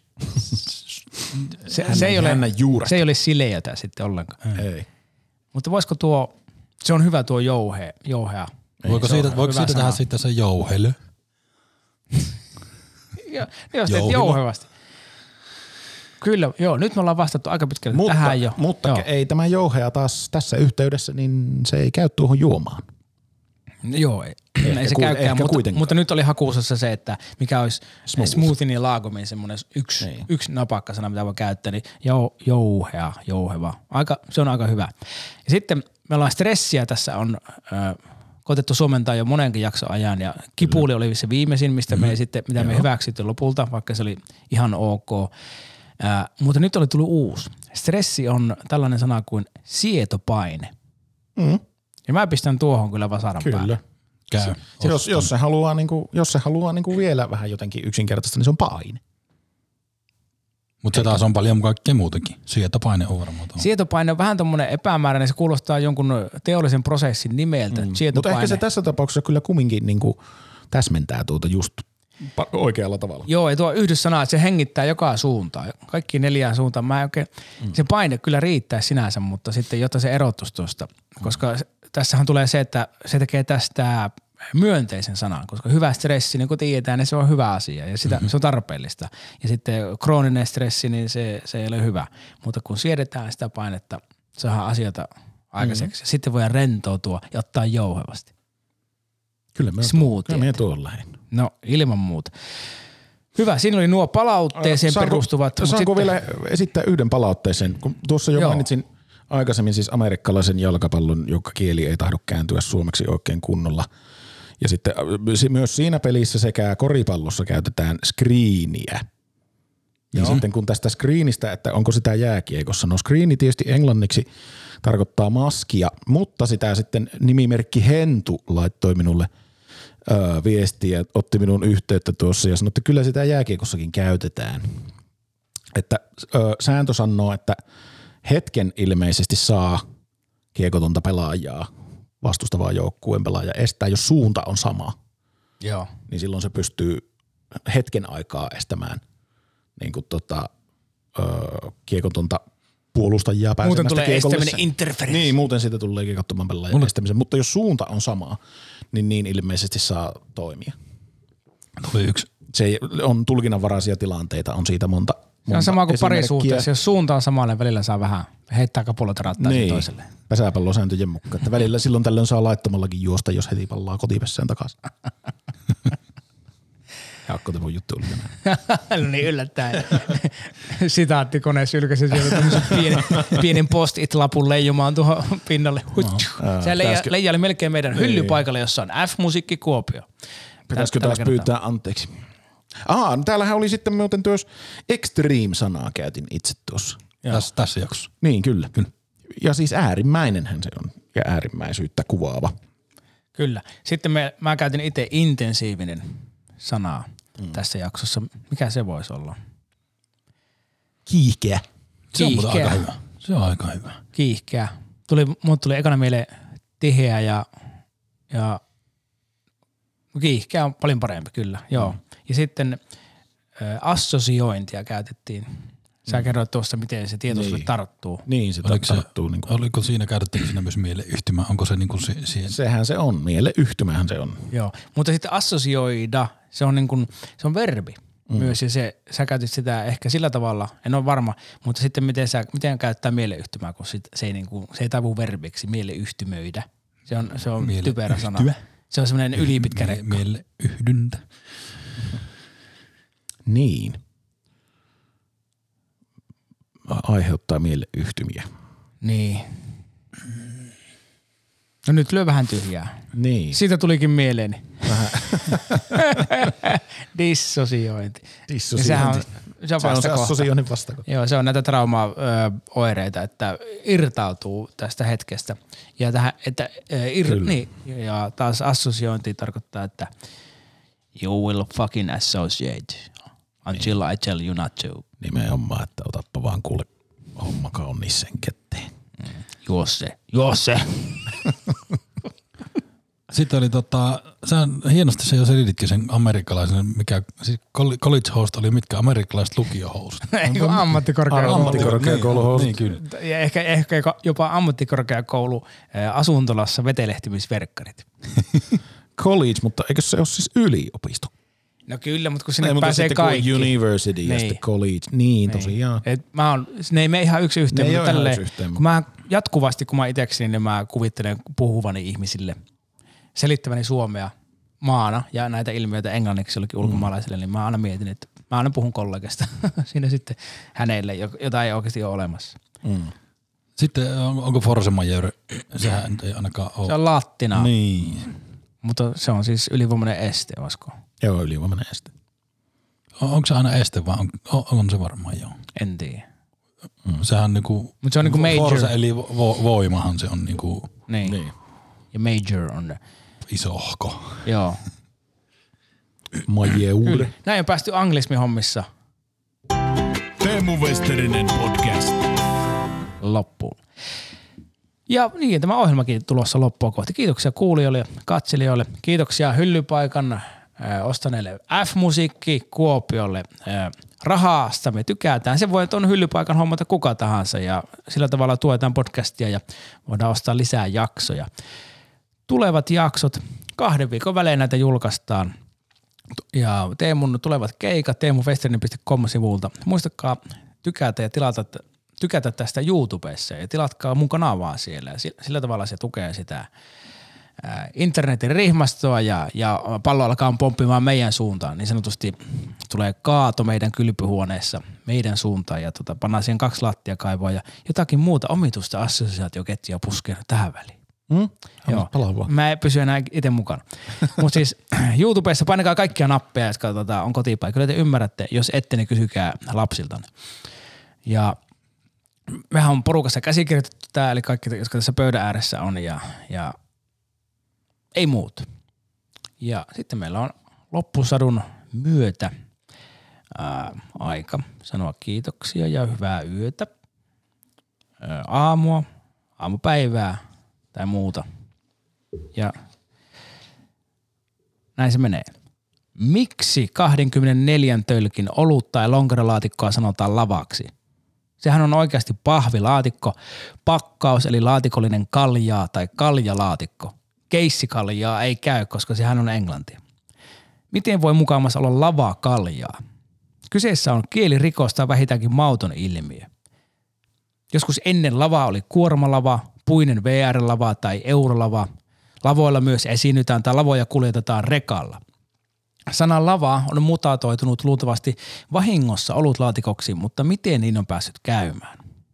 se ei ole, hännän juuresta. se ei ole sileätä sitten ollenkaan. Ei. Mutta voisiko se on hyvä tuo jouhea. Voiko se on siitä hyvä tehdä sana. sitten se jouhely? Jos teet jouhevasti. Kyllä, joo, nyt me ollaan vastattu aika pitkälle tähän jo. Mutta joo. ei tämä jouhea taas tässä yhteydessä, niin se ei käy tuohon juomaan. Joo, ei se ehkä käykään, kuitenkaan. mutta nyt oli hakuusassa se, että mikä olisi smoothin ja laagomin semmoinen yksi napakkasana, mitä voi käyttää, niin jouheva. Se on aika hyvä. Ja sitten me ollaan stressiä tässä on koetettu suomentaa jo monenkin jakson ajan ja kipuuli oli se viimeisin, mistä me sitten, mitä me hyväksyttiin lopulta, vaikka se oli ihan ok. Mutta nyt oli tullut uusi. Stressi on tällainen sana kuin sietopaine. Ja mä pistän tuohon kyllä vasaran päälle. Käy. Jos se haluaa niinku vielä vähän jotenkin yksinkertaista, niin se on paine. Mutta se taas on paljon kaikkea muutakin. Sietopaine on varmaan tuohon. Sietopaine on vähän tommonen epämääräinen, se kuulostaa jonkun teollisen prosessin nimeltä. Mutta ehkä se tässä tapauksessa kyllä kumminkin niinku täsmentää tuota just oikealla tavalla. Joo, ja tuo yhdyssana, että se hengittää joka suuntaan. Kaikki 4 suuntaan. Mä en oikein, se paine kyllä riittää sinänsä, mutta sitten jotta se erottuisi tuosta, koska tässähän tulee se, että se tekee tästä myönteisen sanan, koska hyvä stressi, niin kuin tiedetään, niin se on hyvä asia ja se on tarpeellista. Ja sitten krooninen stressi, niin se ei ole hyvä. Mutta kun siedetään sitä painetta, saadaan asioita aikaiseksi. Sitten voidaan rentoutua ja ottaa jouhevasti. Kyllä me tuolla lähdin. No ilman muuta. Hyvä, siinä oli nuo palautteeseen perustuvat. Saanko vielä esittää yhden palautteeseen? Kun tuossa jo mainitsin aikaisemmin siis amerikkalaisen jalkapallon, joka kieli ei tahdo kääntyä suomeksi oikein kunnolla. Ja sitten myös siinä pelissä sekä koripallossa käytetään screeniä. Ja sitten kun tästä screenistä, että onko sitä jääkiekossa, no screeni tietysti englanniksi tarkoittaa maskia, mutta sitä sitten nimimerkki Hentu laittoi minulle viestiä, otti minun yhteyttä tuossa ja sanoi, että kyllä sitä jääkiekossakin käytetään. Että sääntö sanoo, että hetken ilmeisesti saa kiekotonta pelaajaa vastustavaa joukkueen pelaaja estää, jos suunta on sama. Joo. Niin silloin se pystyy hetken aikaa estämään niin kuin kiekotonta puolustajia pääsemästä muuten tulee kiekolle. estäminen interferenssi. Niin, muuten siitä tulee kiekottoman pelaajan estämisen. Mutta jos suunta on sama, niin ilmeisesti saa toimia. Tuli yksi. Se on tulkinnanvaraisia tilanteita, on siitä monta Se on sama kuin esimerkkiä. parisuhteessa, jos suunta on samanlainen, välillä saa vähän heittää kapulot ja rattaisiin toiselle. Pesäpallosääntöjen mukaan. Että välillä silloin tällöin saa laittomallakin juosta, jos heti pallaa kotipessään takaisin. Jaakko Tepon juttu oli tänään. No niin yllättäen. Sitaattikoneessa ylkäsi sieltä tämmöisen pienen post-it-lapun leijumaan tuohon pinnalle. Se leija oli melkein meidän hyllypaikalle, jossa on F-musiikki Kuopio. Pitäisikö taas pyytää anteeksi? No täällähän oli sitten muuten tuossa extreme-sanaa käytin itse tuossa. Tässä jaksossa. Niin, kyllä. Ja siis äärimmäinenhän se on ja äärimmäisyyttä kuvaava. Kyllä. Sitten mä käytin itse intensiivinen sanaa tässä jaksossa. Mikä se voisi olla? Kiihkeä. Se on muuten aika hyvä. Se on aika hyvä. Kiihkeä. Mulle tuli ekana mieleen tiheä ja kiihkeä on paljon parempi kyllä, joo. Ja sitten assosiointia käytettiin. Sä kerroit tuossa, miten se tieto sulle tarttuu. Niin, se tarttuu. Niin oliko siinä, käytettiinkö siinä myös mieleyhtymä? Onko se niin kuin siihen? Sehän se on, mieleyhtymähän se on. Joo, mutta sitten assosioida, se on, niin kuin, se on verbi myös ja sä käytit sitä ehkä sillä tavalla, en ole varma, mutta sitten miten käyttää mieleyhtymää, kun se ei taivu verbiksi, mieleyhtymöidä. Se on typerä sana. Se on semmoinen ylipitkä rekka. Mieleyhdyntä. Niin. Aiheuttaa mieleyhtymiä. Niin. No nyt lyö vähän tyhjää. Niin. Siitä tulikin mieleeni. Dissosiointi. Dissosiointi. Se on se assosioinnin vastakohta. Joo, se on näitä trauma-oireita, että irtautuu tästä hetkestä. Ja tähän, että niin, ja taas assosiointi tarkoittaa, että you will fucking associate until I tell you not to. Nimenomaan, että otappa vaan kuule homma kaunis sen kätteen. Juo se. Sitten oli hienosti se jo selititkin sen amerikkalaisen, mikä siis college host oli mitkä amerikkalaiset lukiohousut. Ammattikorkeakoulu. Niin kyllä. Ja ehkä jopa ammattikorkeakoulu asuntolassa vetelehtimisverkkarit. College, mutta eikö se ole siis yliopisto? No kyllä, mutta kun sinne pääsee kaikki. University ja sitten college. Niin, tosiaan. Ne ei mene ihan yksi yhteen, ne mutta tälleen, yhteen, kun mä jatkuvasti, kun mä itsekseni, niin mä kuvittelen puhuvani ihmisille, selittäväni suomea maana ja näitä ilmiöitä englanniksi jollekin ulkomaalaisille, niin mä aina mietin, että mä aina puhun kollegasta siinä sitten hänelle, jota ei oikeasti ole olemassa. Sitten onko Force Majeure? Sehän ei ainakaan ole. Se on lattina, niin. mutta se on siis ylivoimainen este, olisiko? Joo, ylivoimainen este. Onko se aina este vai on se varmaan joo? En tiedä. Sehän on niinku, mutta se on niinku major. Force eli voimahan se on niinku. Niin. Ja major on isohko. Joo. Majeure. Näin on päästy anglismihommissa Teemu Westerinen podcast. loppuun. Ja niin, tämä ohjelmakin tulossa loppua kohti. Kiitoksia kuulijoille ja katselijoille. Kiitoksia hyllypaikan ostaneelle F-musiikki Kuopiolle. Rahasta me tykätään. Se voi tuon hyllypaikan hommata kuka tahansa ja sillä tavalla tuetaan podcastia ja voidaan ostaa lisää jaksoja. Tulevat jaksot 2 viikon välein näitä julkaistaan. Ja Teemun tulevat keikat teemuwesterinen.com-sivulta. Muistakaa tykätä ja tykätä tästä YouTubessa ja tilatkaa mun kanavaa siellä. Sillä tavalla se tukee sitä internetin rihmastoa ja pallo alkaa pomppimaan meidän suuntaan. Niin sanotusti tulee kaato meidän kylpyhuoneessa meidän suuntaan ja pannaan siihen 2 lattiakaivoa ja jotakin muuta omitusta assosiaatioketjua puskee tähän väliin. Joo. Mä en pysy enää itse mukana. Mutta siis YouTubessa painakaa kaikkia nappeja, jotka on kotipaikalla. Te ymmärrätte, jos ette, niin kysykää lapsiltanne. Ja mehän on porukassa käsikirjoitettu tää, eli kaikki, jotka tässä pöydän ääressä on ja ei muut. Ja sitten meillä on loppusadun myötä aika sanoa kiitoksia ja hyvää yötä, aamupäivää tai muuta. Ja näin se menee. Miksi 24 tölkin olutta tai lonkerolaatikkoa sanotaan lavaksi? Sehän on oikeasti pahvilaatikko, pakkaus eli laatikollinen kaljaa tai kaljalaatikko. Keissikaljaa ei käy, koska sehän on englantia. Miten voi mukamas olla lavakaljaa? Kyseessä on kielirikos tai vähintäänkin mauton ilmiö. Joskus ennen lavaa oli kuormalava, puinen VR-lava tai eurolava. Lavoilla myös esiinnytään tai lavoja kuljetetaan rekalla. Sana lava on mutatoitunut luultavasti vahingossa olutlaatikoksi, mutta miten niin on päässyt käymään?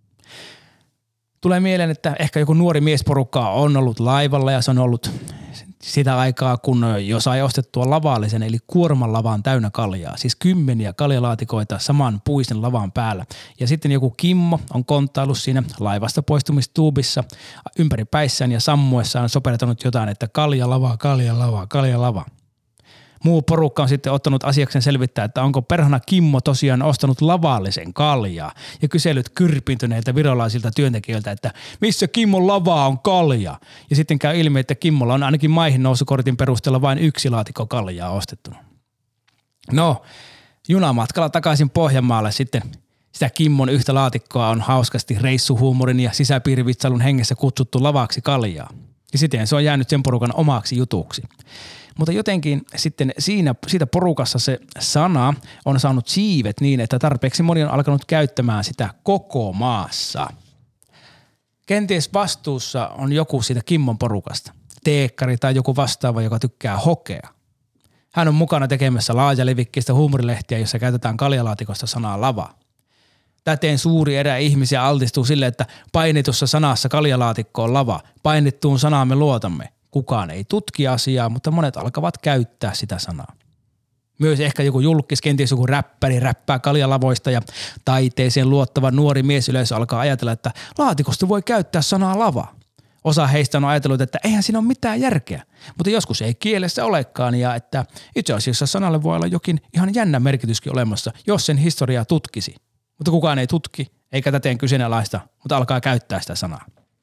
Tulee mieleen, että ehkä joku nuori miesporukka on ollut laivalla ja se on ollut sitä aikaa, kun jo sai ostettua lavallisen eli kuorman lavaan täynnä kaljaa. Siis 10 kaljalaatikoita saman puisen lavan päällä. Ja sitten joku Kimmo on konttaillut siinä laivasta poistumistuubissa ympäri päissään ja sammuessaan sopertanut jotain, että kaljalava, kaljalava, kaljalava. Muu porukka on sitten ottanut asiakseen selvittää, että onko perhana Kimmo tosiaan ostanut lavallisen kaljaa ja kysellyt kyrpintyneiltä virolaisilta työntekijöiltä, että missä Kimmon lavaa on kalja. Ja sitten käy ilmi, että Kimmolla on ainakin maihin nousukortin perusteella vain 1 laatikko kaljaa ostettuna. No, junamatkalla takaisin Pohjanmaalle sitten sitä Kimmon yhtä laatikkoa on hauskasti reissuhuumorin ja sisäpiirivitsailun hengessä kutsuttu lavaksi kaljaa. Ja siten se on jäänyt sen porukan omaksi jutuksi. Mutta jotenkin sitten siitä porukassa se sana on saanut siivet niin, että tarpeeksi moni on alkanut käyttämään sitä koko maassa. Kenties vastuussa on joku siitä Kimmon porukasta, teekkari tai joku vastaava, joka tykkää hokea. Hän on mukana tekemässä laajalevikkistä huumorilehtiä, jossa käytetään kaljalaatikosta sanaa lava. Täten suuri erä ihmisiä altistuu sille, että painitussa sanassa kaljalaatikko on lava. Painittuun sanaan me luotamme. Kukaan ei tutki asiaa, mutta monet alkavat käyttää sitä sanaa. Myös ehkä joku julkkis, kenties joku räppäri räppää kaljalavoista ja taiteeseen luottava nuori miesyleisö alkaa ajatella, että laatikosta voi käyttää sanaa lava. Osa heistä on ajatellut, että eihän siinä ole mitään järkeä, mutta joskus ei kielessä olekaan ja että itse asiassa sanalle voi olla jokin ihan jännä merkityskin olemassa, jos sen historiaa tutkisi. Mutta kukaan ei tutki, eikä täten kyseenalaista, mutta alkaa käyttää sitä sanaa.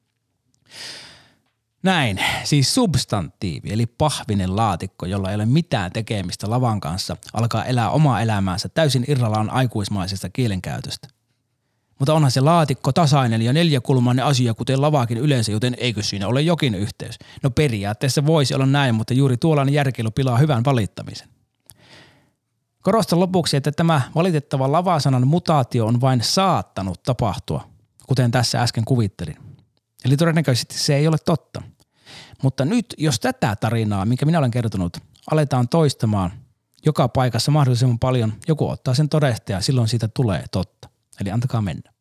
Näin, siis substantiivi eli pahvinen laatikko, jolla ei ole mitään tekemistä lavan kanssa, alkaa elää omaa elämäänsä täysin irrallaan aikuismaisesta kielenkäytöstä. Mutta onhan se laatikko tasainen ja 4-kulmainen asia, kuten lavaakin yleensä, joten eikö siinä ole jokin yhteys? No periaatteessa voisi olla näin, mutta juuri tuollainen järkeilu pilaa hyvän valittamisen. Korostan lopuksi, että tämä valitettava lavasanan mutaatio on vain saattanut tapahtua, kuten tässä äsken kuvittelin. Eli todennäköisesti se ei ole totta. Mutta nyt, jos tätä tarinaa, minkä minä olen kertonut, aletaan toistamaan joka paikassa mahdollisimman paljon, joku ottaa sen todesta ja silloin siitä tulee totta. Eli antakaa mennä.